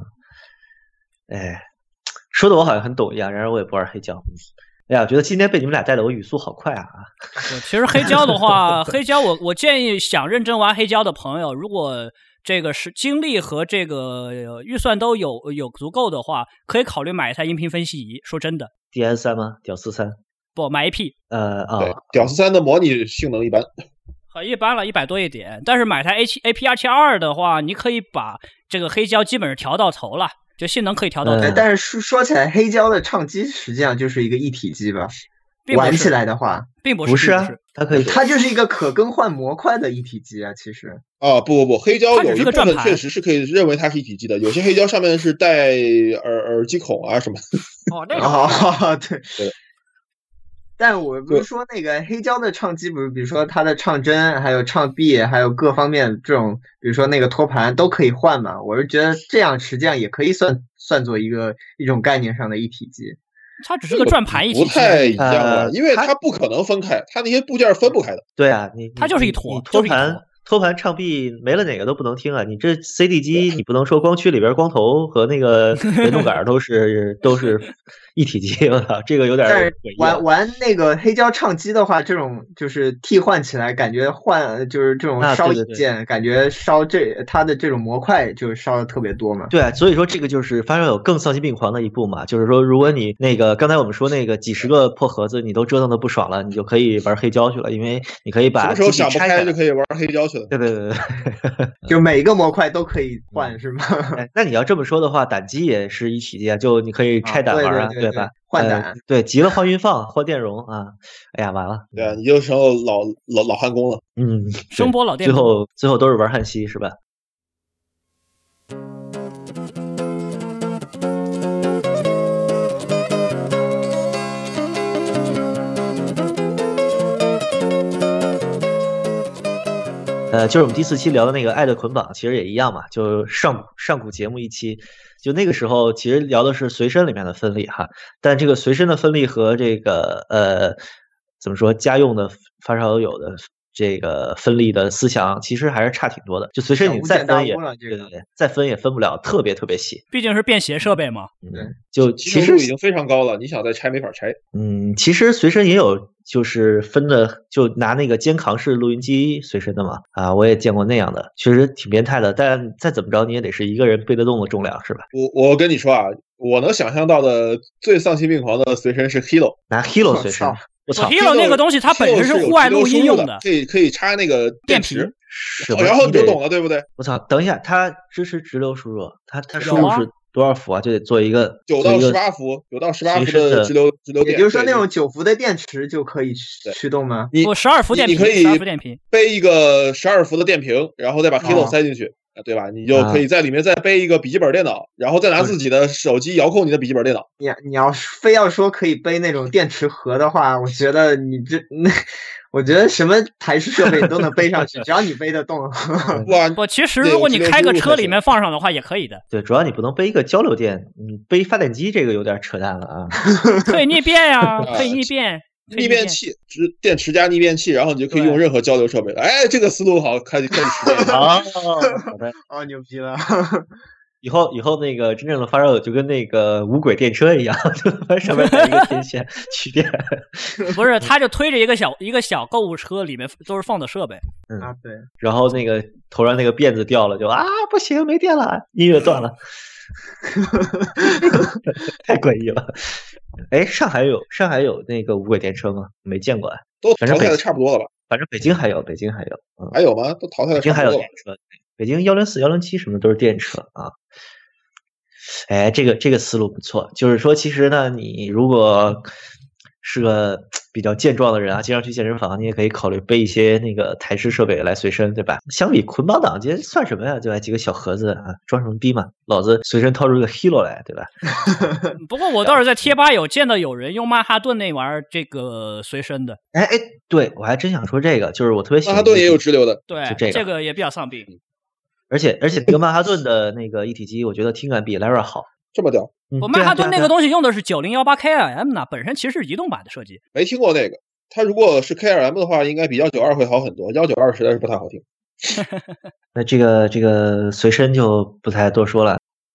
说的我好像很懂一样，然而我也不玩黑胶。哎呀，觉得今天被你们俩带的我语速好快啊！ 其实黑胶的话，黑胶我建议想认真玩黑胶的朋友，如果这个是精力和这个预算都有足够的话，可以考虑买一台音频分析仪。说真的 ，DS3 吗？屌丝3？ 不，买 AP。 对，屌丝3的模拟性能一般， 很一般了，100多一点。但是买台 AP272 的话，你可以把这个黑胶基本上调到头了，就性能可以调到头。 但是说起来，黑胶的唱机实际上就是一个一体机吧？玩起来的话， 并不是啊， 它就是一个可更换模块的一体机啊，其实。 不，黑胶有一部分确实是可以认为它是一体机的，有些黑胶上面是带耳机孔啊什么。 对。但我不是说那个黑胶的唱机，不是比如说它的唱针，还有唱臂，还有各方面这种，比如说那个托盘都可以换嘛。我是觉得这样实际上也可以算作一种概念上的一体机。 它只是个转盘一体机， 不太一样了，因为它不可能分开，它那些部件分不开的。 对啊， 它就是一坨， 托盘唱臂没了哪个都不能听啊！你这 CD 机，你不能说光驱里边光头和那个联动杆都是一体机，我操，这个有点诡异。 但是玩那个黑胶唱机的话，这种就是替换起来，感觉就是这种烧一件，感觉烧它的这种模块就是烧的特别多嘛。 对啊，所以说这个就是发烧友更丧心病狂的一步嘛，就是说如果你那个刚才我们说那个几十个破盒子你都折腾的不爽了，你就可以玩黑胶去了，因为你可以把什么时候想不开就可以玩黑胶去了。 对， 就每一个模块都可以换是吗？ 那你要这么说的话，胆机也是一体机啊，就你可以拆胆玩对吧？ 换胆， 对，急了换运放，换电容啊！哎呀，完了。 对啊，你就成了老焊工了。 声波老电工。 最后都是玩焊锡是吧？就是我们第4期聊的那个《爱的捆绑》，其实也一样嘛，就上古节目一期，就那个时候其实聊的是随身里面的分立哈，但这个随身的分立和这个怎么说家用的发烧友的这个分立的思想其实还是差挺多的，就随身你再分也再分也分不了特别细， 毕竟是便携设备嘛。 就其实已经非常高了，你想再拆没法拆。 其实随身也有就是分的，就拿那个肩扛式录音机随身的嘛，我也见过那样的，确实挺变态的，但再怎么着你也得是一个人背得动的重量是吧？ 我跟你说啊， 我能想象到的最丧心病狂的随身是 Hilo， 拿 Hilo 随身，我操 ，Hilo 那个东西它本身是户外录音用的， 可以插那个电池，然后你就懂了，对不对？ 我操，等一下，它支持直流输入，它输入是多少伏啊？就得做一个 9到18伏，9到18伏的直流电， 也就是说那种9伏的电池就可以驱动吗？ 不，12伏电瓶， 你可以 12伏电瓶， 背一个12伏的电瓶，然后再把 Hilo 塞进去。对吧？你就可以在里面再背一个笔记本电脑，然后再拿自己的手机遥控你的笔记本电脑。 你要非要说可以背那种电池盒的话，我觉得我觉得什么台式设备都能背上去，只要你背得动。 不，其实如果你开个车里面放上的话，也可以的。 对，主要你不能背一个交流电，背发电机这个有点扯淡了啊。 可以逆变呀，可以逆变。 逆变器，电池加逆变器，然后你就可以用任何交流设备了。哎，这个思路好，开始实践好的， 哦，牛逼了！ 以后那个真正的发烧友就跟那个无轨电车一样，就上面带一个天线取电。 不是，他就推着一个小购物车，里面都是放的设备。 对。 然后那个头上那个辫子掉了，就不行，没电了，音乐断了。太诡异了。哎，上海有那个无轨电车吗？没见过。 都淘汰的差不多了吧？ 反正北京还有。 还有吗？都淘汰的差不多了。北京还有电车，北京104、107什么都是电车啊。哎，这个思路不错，就是说其实呢，你如果是个比较健壮的人啊，经常去健身房，你也可以考虑背一些那个台式设备来随身，对吧？相比捆绑党，这算什么呀？对吧？几个小盒子啊，装什么逼嘛？老子随身掏出个 Hilo 来，对吧？ 不过我倒是在贴吧有见到有人用曼哈顿那玩意儿这个随身的。 哎，对，我还真想说这个，就是我特别喜欢曼哈顿也有直流的， 对，这个也比较丧病。 而且那个曼哈顿的那个一体机，我觉得听感比 Lyra 好。 这么屌？ 我曼哈顿那个东西用的是9018 KRM 呢，本身其实是移动版的设计。 没听过那个，它如果是 KRM 的话，应该比192会好很多，192实在是不太好听。 那这个随身就不太多说了。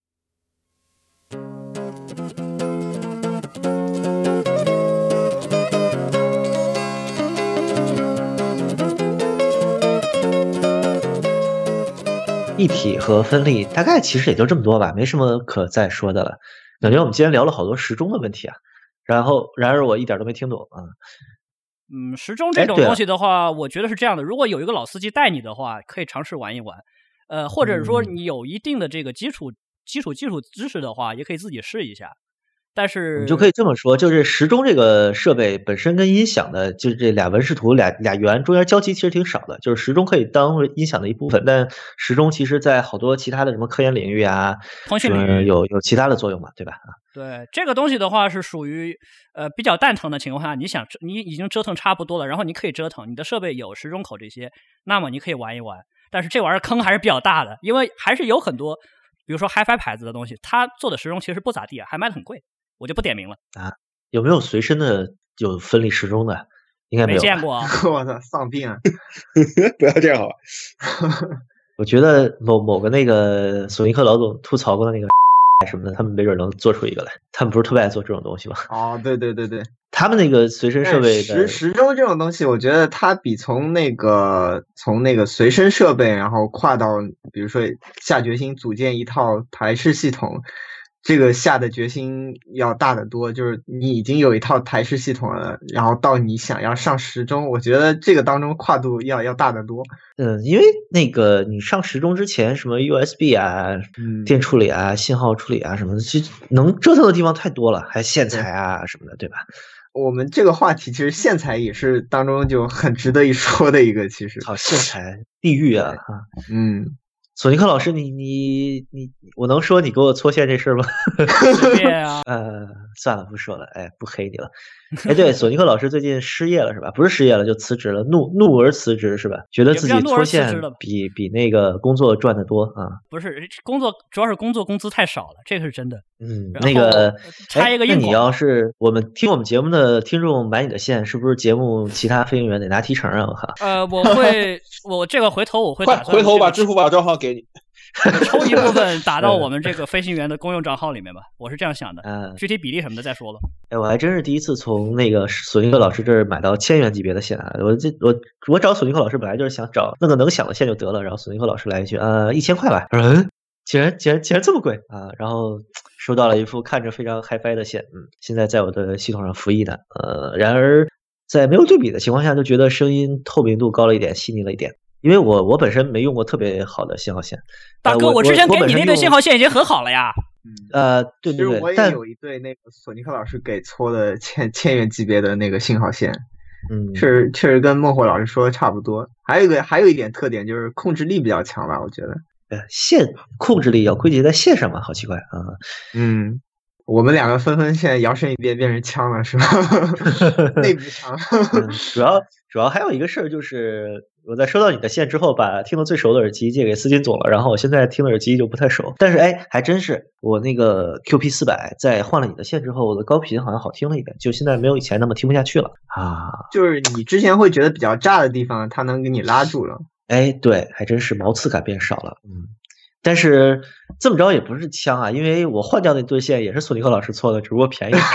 一体和分立大概其实也就这么多吧，没什么可再说的了。感觉我们今天聊了好多时钟的问题啊，然而我一点都没听懂啊。 时钟这种东西的话，我觉得是这样的，如果有一个老司机带你的话，可以尝试玩一玩。或者说你有一定的这个基础知识的话，也可以自己试一下。但是你就可以这么说，就是时钟这个设备本身跟音响的，就是这俩文视图俩圆中间交集其实挺少的，就是时钟可以当音响的一部分，但时钟其实在好多其他的什么科研领域啊、 通讯领域有其他的作用嘛，对吧？ 对，这个东西的话是属于比较蛋疼的情况下，你已经折腾差不多了，然后你可以折腾，你的设备有时钟口这些，那么你可以玩一玩。但是这玩意儿坑还是比较大的，因为还是有很多，比如说 Hi-Fi 牌子的东西，它做的时钟其实不咋地，还卖得很贵。我就不点名了啊！有没有随身的有分立时钟的？应该没有。 没见过。 我操，丧病啊！ 不要这样好吧？ 我觉得某个那个索尼克老总吐槽过的那个什么的，他们没准能做出一个来。他们不是特别爱做这种东西吗？ 哦，对， 他们那个随身设备的时钟这种东西，我觉得它比从那个随身设备，然后跨到比如说下决心组建一套台式系统。这个下的决心要大得多，就是你已经有一套台式系统了，然后到你想要上时钟，我觉得这个当中跨度要大得多。 因为那个你上时钟之前，什么 USB 啊、电处理啊、信号处理啊什么的，其实能折腾的地方太多了，还线材啊什么的，对吧？ 我们这个话题其实线材也是当中就很值得一说的一个，其实。 好，线材地狱啊，索尼克老师，我能说你给我搓线这事吗？ 随便啊。 算了，不说了，不黑你了。对，索尼克老师最近失业了是吧？不是失业了，就辞职了，怒而辞职是吧？觉得自己搓线比那个工作赚得多啊。 不是工作，主要是工资太少了，这个是真的。 那个插一个那你要是我们节目的听众买你的线，是不是节目其他飞行员得拿提成啊？我靠！ 我这个回头我会打算回头把支付宝账号给你。 抽一部分打到我们这个飞行员的公用账号里面吧，我是这样想的。具体比例什么的再说了。 我还真是第一次从那个索尼克老师这儿买到1000元级别的线啊！我找索尼克老师本来就是想找那个能响的线就得了，然后索尼克老师来一句1000块吧，竟然这么贵啊！然后收到了一副看着非常 HiFi 的线，现在在我的系统上服役呢。然而在没有对比的情况下，就觉得声音透明度高了一点，细腻了一点。因为我本身没用过特别好的信号线。 大哥，我之前给你那对信号线已经很好了呀。 对对对， 我也有一对那个索尼克老师给搓的千元级别的那个信号线。确实跟孟获老师说的差不多。还有一点特点就是控制力比较强吧，我觉得。 线控制力要归结在线上嘛，好奇怪啊。 我们两个纷纷现在摇身一变成枪了，是吧？内部枪。 主要还有一个事儿就是，我在收到你的线之后，把听得最熟的耳机借给思金总了，然后我现在听的耳机就不太熟。但是还真是我那个 QP400 在换了你的线之后，我的高频好像好听了一点，就现在没有以前那么听不下去了啊。 就是你之前会觉得比较炸的地方，它能给你拉住了。 对，还真是毛刺感变少了。但是这么着也不是枪啊，因为我换掉那对线也是索尼克老师错的，只不过便宜。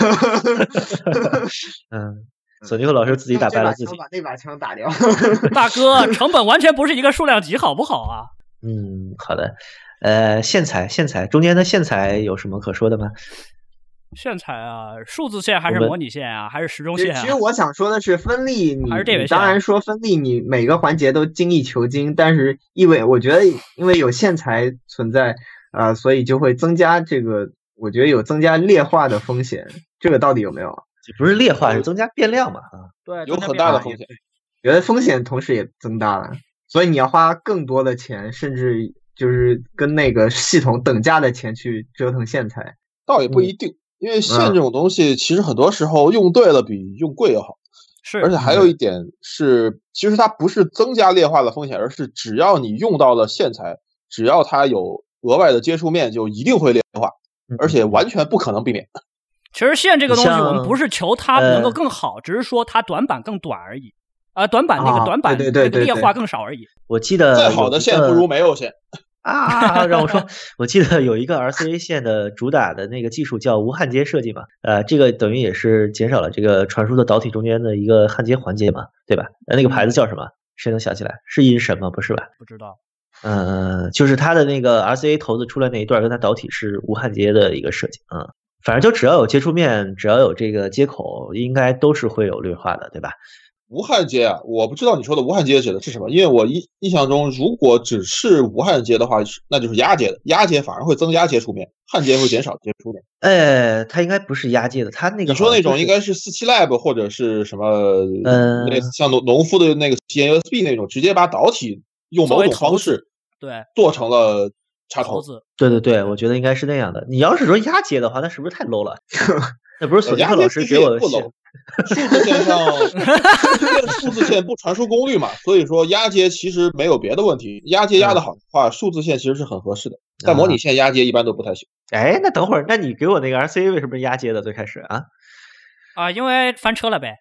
索尼克老师自己打败了自己， 把那把枪打掉。 大哥，成本完全不是一个数量级，好不好啊？ 好的。线材中间的线材有什么可说的吗？ 线材啊，数字线还是模拟线啊，还是时钟线啊？ 其实我想说的是分力， 还是这个线？ 当然说分力，你每个环节都精益求精，但是我觉得因为有线材存在所以就会增加这个，我觉得有增加劣化的风险。这个到底有没有？ 不是劣化，是增加变量嘛？ 对， 有很大的风险。 觉得风险同时也增大了，所以你要花更多的钱，甚至就是跟那个系统等价的钱去折腾线材。 倒也不一定。因为线这种东西，其实很多时候用对了比用贵要好。 是， 而且还有一点是，其实它不是增加劣化的风险，而是只要你用到了线材，只要它有额外的接触面，就一定会劣化，而且完全不可能避免。 其实线这个东西，我们不是求它能够更好，只是说它短板更短而已。短板那个短板那个劣化更少而已。 我记得再好的线不如没有线。 让我说，我记得有一个 RCA 线的主打的那个技术叫无焊接设计嘛，这个等于也是减少了这个传输的导体中间的一个焊接环节嘛，对吧？那个牌子叫什么？谁能想起来？是音神吗？不是吧？ 不知道。 就是它的那个 RCA 头子出来那一段跟它导体是无焊接的一个设计反正就只要有接触面，只要有这个接口，应该都是会有劣化的，对吧？ 无焊接啊，我不知道你说的无焊接指的是什么，因为我印象中，如果只是无焊接的话，那就是压接的，压接反而会增加接触面，焊接会减少接触面。 它应该不是压接的，它那个你说那种应该是47Lab 或者是什么，类似像农夫的那个接 USB 那种，直接把导体用某种方式对做成了插头。 对，我觉得应该是那样的。你要是说压接的话，那是不是太 low 了？那不是索尼克老师给我的线。 数字线上，数字线不传输功率嘛，所以说压接其实没有别的问题。压接压的好的话，数字线其实是很合适的。但模拟线压接一般都不太行。 那等会儿，那你给我那个 RCA 为什么是压接的？最开始因为翻车了呗。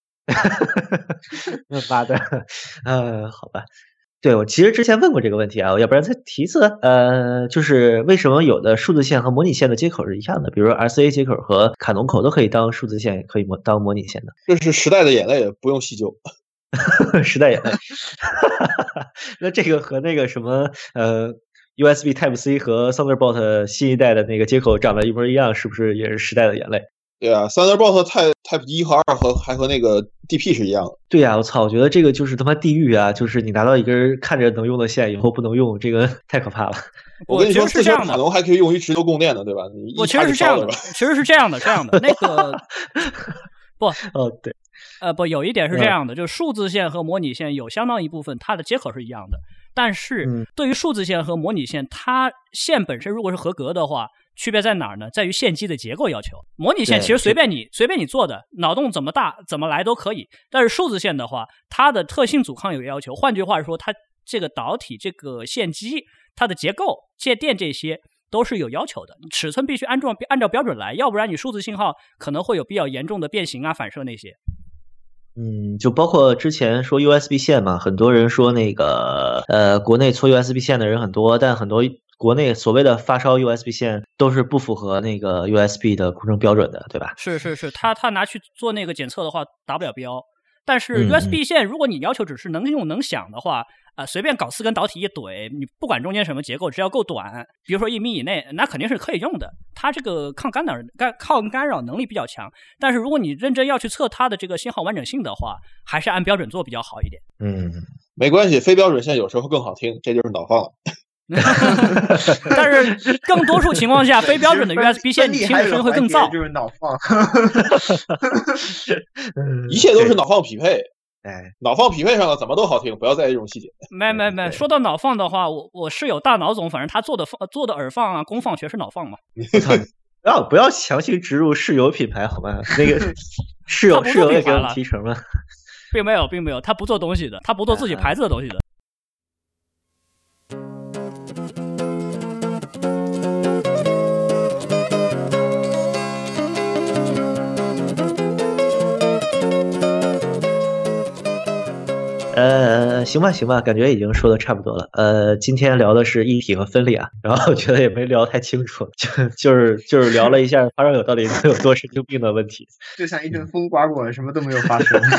妈的，好吧。对，我其实之前问过这个问题要不然再提一次。就是为什么有的数字线和模拟线的接口是一样的？比如说 RCA 接口和卡农口都可以当数字线，也可以当模拟线的。 这是时代的眼泪，不用细究。 时代眼泪。那这个和那个什么USB Type-C 和 Thunderbolt 新一代的那个接口长得一模一样，是不是也是时代的眼泪？ 对啊 ，Thunderbolt Type 1和2还和那个 DP 是一样的。 对呀，我操！我觉得这个就是他妈地狱啊！就是你拿到一根看着能用的线，以后不能用，这个太可怕了。 我跟你说，4线卡农还可以用于直流供电的，对吧？ 我其实是这样的，这样的那个不对。 不，有一点是这样的，就是数字线和模拟线有相当一部分它的接口是一样的，但是对于数字线和模拟线，它线本身如果是合格的话，区别在哪儿呢？在于线机的结构要求。模拟线其实随便你做的，脑洞怎么大怎么来都可以，但是数字线的话，它的特性阻抗有要求，换句话说，它这个导体这个线机它的结构介电这些都是有要求的，尺寸必须按照标准来，要不然你数字信号可能会有比较严重的变形反射那些。 就包括之前说 USB 线嘛，很多人说那个国内搓 USB 线的人很多，但很多国内所谓的发烧 USB 线都是不符合那个 USB 的工程标准的，对吧？ 是，他拿去做那个检测的话达不了标， 但是 USB 线，如果你要求只是能用能响的话，随便搞4根导体一怼，你不管中间什么结构，只要够短，比如说1米以内，那肯定是可以用的。它这个抗干扰能力比较强。但是如果你认真要去测它的这个信号完整性的话，还是按标准做比较好一点。 没关系，非标准线有时候更好听，这就是脑放了。 但是更多数情况下，非标准的 USB 线你听的声音会更燥。 就是脑放， 一切都是脑放匹配。脑放匹配上了怎么都好听，不要在意这种细节。 没，说到脑放的话，我室友大脑总，反正他做的耳放啊、功放全是脑放嘛。 不要强行植入室友品牌好吗？那个室友也给我们提成了。 并没有，他不做东西的，他不做自己牌子的东西的。 行吧，感觉已经说的差不多了。今天聊的是一体和分离啊，然后我觉得也没聊太清楚，就是聊了一下发烧友到底能有多神经病的问题， 就像一阵风刮过，什么都没有发生。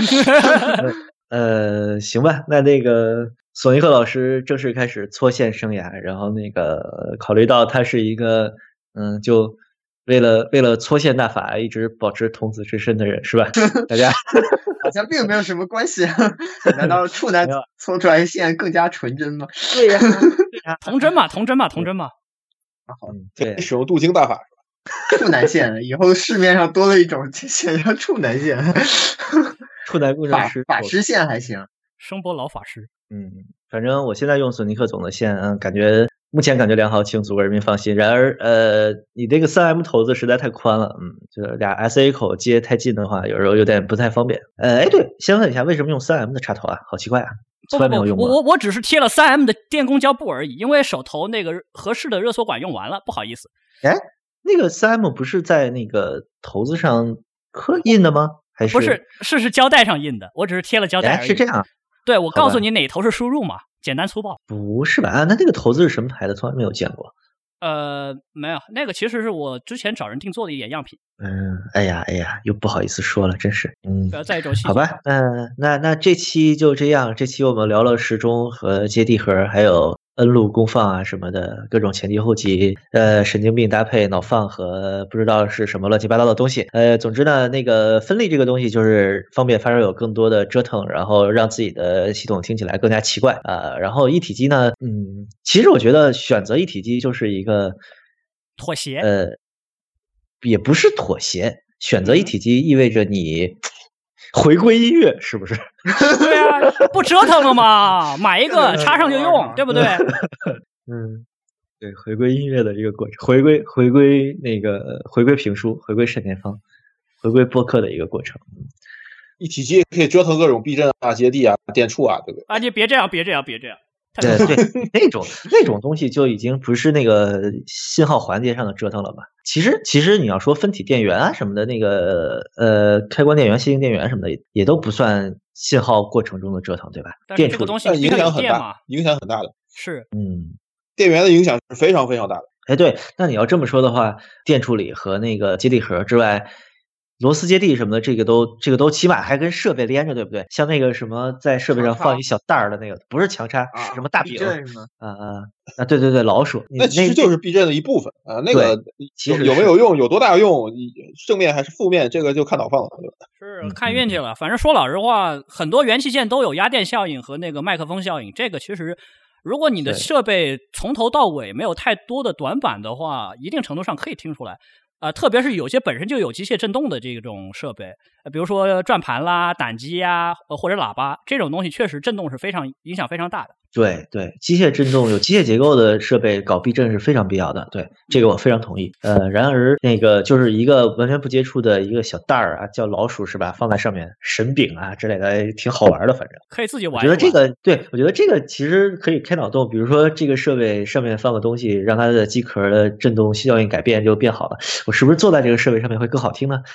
行吧，那个索尼克老师正式开始搓线生涯，然后那个考虑到他是一个就为了搓线大法一直保持童子之身的人是吧？大家好像并没有什么关系啊。难道处男搓出来线更加纯真吗？ 对呀， 童真嘛。 好， 对，使用镀金大法是吧？处男线，以后市面上多了一种线叫处男线。 处男工程师， 法师线还行。 声波老法师。 反正我现在用索尼克总的线，目前感觉良好，请祖国人民放心。然而，你这个 3M 头子实在太宽了，就俩 SA 口接太近的话，有时候有点不太方便。对，先问一下，为什么用 3M 的插头啊？好奇怪啊，从来没有用过。 我只是贴了 3M 的电工胶布而已，因为手头那个合适的热缩管用完了，不好意思。 那个 3M 不是在那个头子上刻印的吗？还是不是？是胶带上印的，我只是贴了胶带而已。 是这样。 对，我告诉你哪头是输入嘛，简单粗暴。 不是吧？那个头子是什么牌的？从来没有见过。 没有，那个其实是我之前找人定做的一点样品。 哎呀，又不好意思说了，真是。 不要在意这种细节。 好吧，那这期就这样。这期我们聊了时钟和接地核，还有N 路功放啊什么的各种前级后级，神经病搭配脑放和不知道是什么乱七八糟的东西。总之呢，那个分离这个东西就是方便发烧友更多的折腾，然后让自己的系统听起来更加奇怪啊。然后一体机呢，其实我觉得选择一体机就是一个妥协， 也不是妥协，选择一体机意味着你回归音乐，是不是？ 对啊，不折腾了嘛，买一个插上就用，对不对？ 对，回归音乐的一个过程，回归那个回归评书，回归单田芳，回归播客的一个过程。 一体机也可以折腾各种避震啊、接地啊、电触啊，对不对？ 啊，你别这样。 对，那种东西就已经不是那个信号环节上的折腾了吧？其实你要说分体电源啊什么的，那个开关电源、线性电源什么的，也都不算信号过程中的折腾，对吧？ 电这个东西影响很大，影响很大的。 是， 电源的影响是非常非常大的。 对，那你要这么说的话，电处理和那个接地核之外，螺丝接地什么的，这个都起码还跟设备连着，对不对？像那个什么在设备上放一小袋儿的那个，不是强插，是什么大饼对，老鼠， 那其实就是避震的一部分啊。那个有没有用，有多大用，正面还是负面，这个就看脑放了，对吧？ 是看运气了。反正说老实话，很多元器件都有压电效应和那个麦克风效应，这个其实如果你的设备从头到尾没有太多的短板的话，一定程度上可以听出来。特别是有些本身就有机械振动的这种设备，比如说转盘啦、胆机呀，或者喇叭这种东西，确实振动是影响非常大的。 对，机械振动有机械结构的设备搞避震是非常必要的，对，这个我非常同意。然而那个就是一个完全不接触的一个小袋儿啊，叫老鼠是吧？放在上面神饼啊之类的，挺好玩的，反正可以自己玩。 我觉得这个其实可以开脑洞，比如说这个设备上面放个东西，让它的机壳的振动效应改变就变好了，我是不是坐在这个设备上面会更好听呢？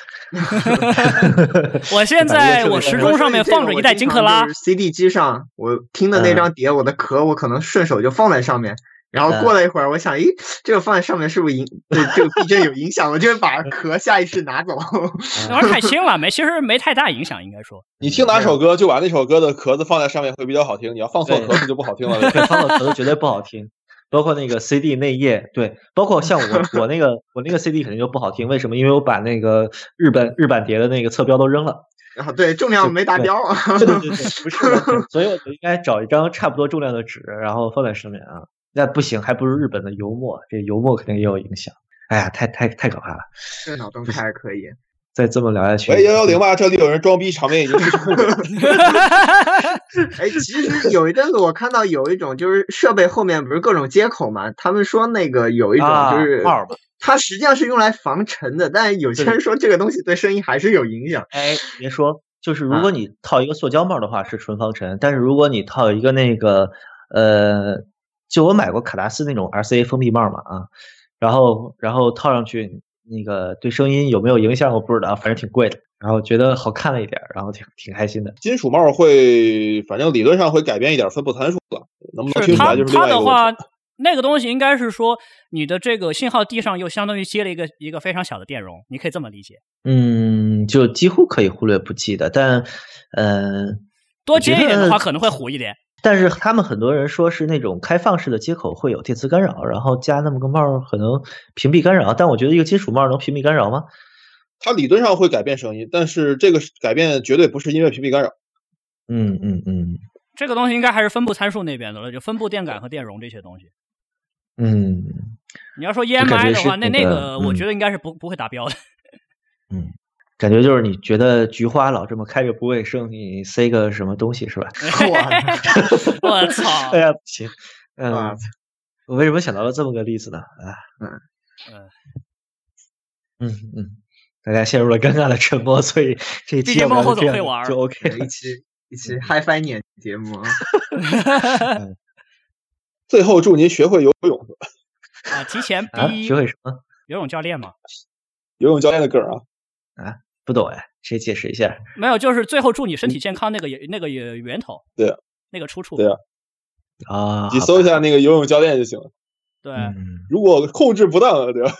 我现在我时钟上面放着一袋金克拉 ，CD 机上我听的那张碟，我的壳我可能顺手就放在上面， 然后过了一会儿，我想，咦，这个放在上面是不是对这个避震有影响？我就会把壳下意识拿走。 那玩意儿太轻了，其实没太大影响，应该说。 你听哪首歌就把那首歌的壳子放在上面会比较好听，你要放错壳子就不好听了。 对，放错壳子绝对不好听。包括那个 CD 内页，对，包括像我那个 CD 肯定就不好听，为什么？因为我把那个日版碟的那个侧标都扔了。 对，重量没达标。 对，不是，所以我就应该找一张差不多重量的纸，然后放在上面啊。那不行，还不如日本的油墨，这油墨肯定也有影响。哎呀，太可怕了。 这脑洞开可以。 再这么聊下去， 喂110吧，这里有人装逼，场面已经失去控制了。 哎，其实有一阵子我看到有一种就是设备后面不是各种接口嘛，他们说那个有一种就是它实际上是用来防尘的，但有些人说这个东西对声音还是有影响。 哎，别说，就是如果你套一个塑胶帽的话是纯防尘，但是如果你套一个那个就我买过卡达斯那种 RCA 封闭帽嘛啊，然后套上去。那个对声音有没有影响我不知道，反正挺贵的，然后觉得好看了一点，然后挺开心的。 金属帽会，反正理论上会改变一点分布参数了，能不能听出来就是另外一个问题。 它的话，那个东西应该是说你的这个信号地上又相当于接了一个非常小的电容，你可以这么理解。 就几乎可以忽略不计的，但多接一点的话可能会糊一点。 但是他们很多人说是那种开放式的接口会有电磁干扰，然后加那么个帽可能屏蔽干扰，但我觉得一个金属帽能屏蔽干扰吗？ 它理论上会改变声音，但是这个改变绝对不是因为屏蔽干扰。 这个东西应该还是分布参数那边的了，就分布电感和电容这些东西。你要说 EMI 的话，那个我觉得应该是不会达标的。 感觉就是你觉得菊花老这么开着不卫生，你塞个什么东西是吧？ 我操！ 哎呀，不行，我为什么想到了这么个例子呢？大家陷入了尴尬的沉默，所以这一期我们就 OK 了。 一期 HiFi 年节目。 最后祝您学会游泳啊！提前逼学会什么？ 游泳教练嘛？ 游泳教练的梗啊？不懂哎，谁解释一下？ 没有，就是最后祝你身体健康那个源头。 对， 那个出处。 对啊， 你搜一下那个游泳教练就行了。 对， 如果控制不当，对吧？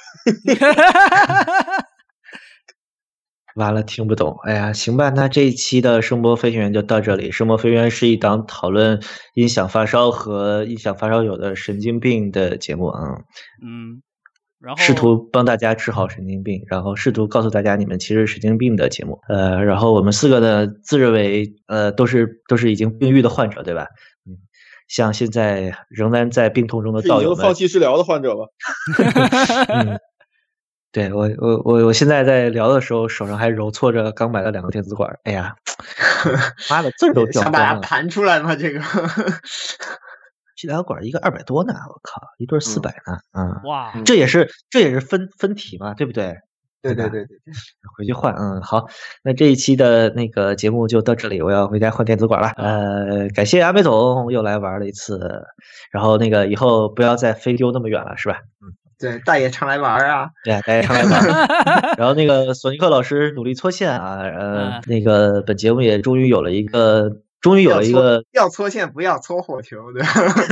完了，听不懂。哎呀，行吧，那这一期的声波飞行员就到这里。声波飞行员是一档讨论音响发烧和音响发烧友的神经病的节目啊。 然后试图帮大家治好神经病，然后试图告诉大家你们其实是神经病的节目。然后我们4个呢自认为都是已经病愈的患者，对吧？像现在仍然在病痛中的道友们， 已经放弃治疗的患者吧？ 对，我现在在聊的时候手上还揉搓着刚买的2个电子管，哎呀，妈的字儿都掉光了。 想把它弹出来吗？这个。 这2个管一个200多呢，我靠，一对400呢， 哇， 这也是分体嘛，对不对？ 对， 回去换，好，那这一期的那个节目就到这里，我要回家换电子管了。感谢阿美总又来玩了一次，然后那个以后不要再飞丢那么远了，是吧？ 对，大爷常来玩啊。 对，大爷常来玩。然后那个索尼克老师努力搓线啊，那个本节目也终于有了一个要搓线不要搓火球，对吧？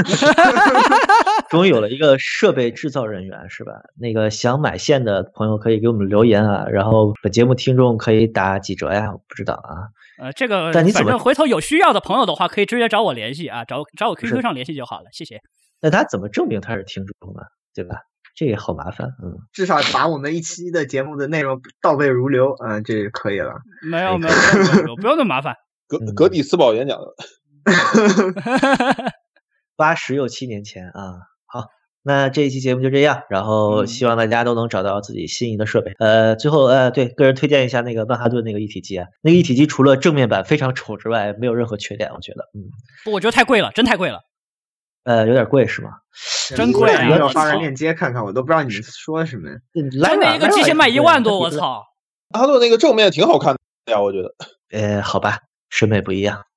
终于有了一个设备制造人员，是吧？那个想买线的朋友可以给我们留言啊，然后本节目听众可以打几折呀？我不知道啊。 这个但你怎么反正回头有需要的朋友的话，可以直接找我联系啊，找我 QQ 上联系就好了，谢谢。 那他怎么证明他是听众呢？对吧？这也好麻烦， 至少把我们一期的节目的内容倒背如流，这就可以了。 没有，不用那么麻烦。 格底斯堡演讲的 87年前啊。好，那这一期节目就这样，然后希望大家都能找到自己心仪的设备。最后对个人推荐一下那个曼哈顿那个一体机啊，那个一体机除了正面板非常丑之外，没有任何缺点，我觉得。 不，我觉得太贵了，真太贵了。 有点贵是吗？ 真贵啊！ 要发个链接看看，我都不知道你们说什么。 就那一个机械卖1万多，我操！ 曼哈顿那个正面挺好看的呀，我觉得。 好吧，审美不一样。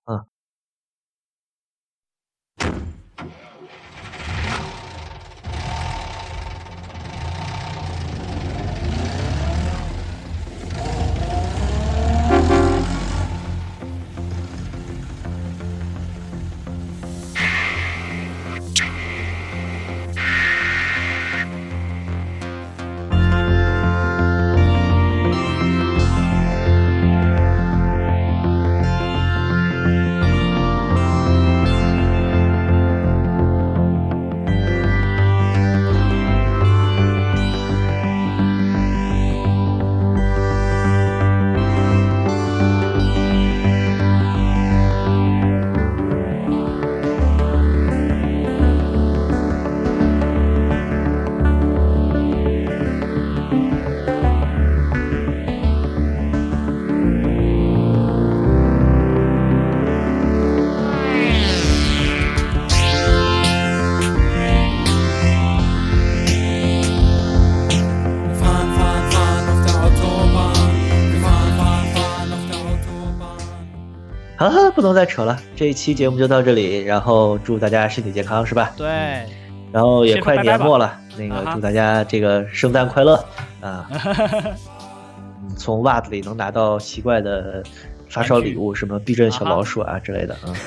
不能再扯了，这一期节目就到这里，然后祝大家身体健康，是吧？ 对。 然后也快年末了，那个祝大家这个圣诞快乐啊！从袜子里能拿到奇怪的发烧礼物，什么避震小老鼠啊之类的啊，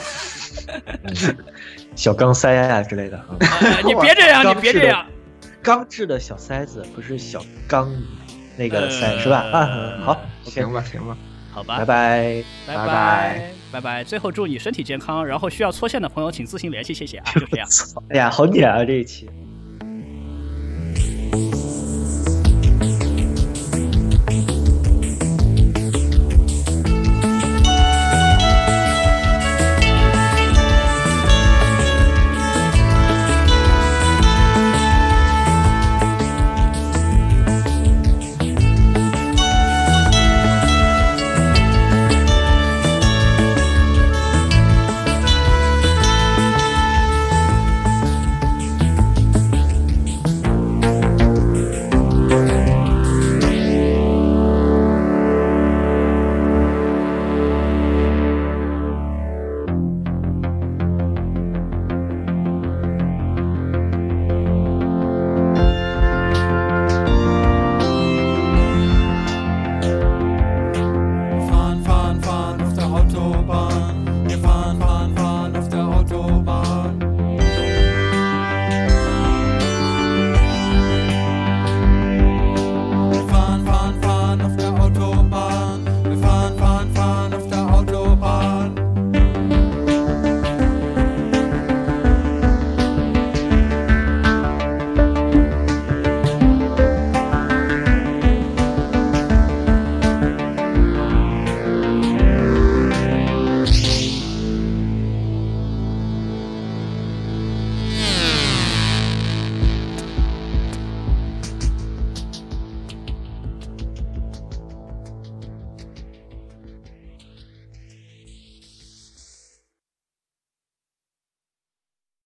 小钢塞啊之类的啊。 你别这样，你别这样。 钢制的小塞子，不是小钢那个塞是吧？啊，好， 行吧。 好吧， 拜拜。 拜拜。最后祝你身体健康，然后需要搓线的朋友请自行联系，谢谢啊，就这样。 哎呀，好点啊这一期。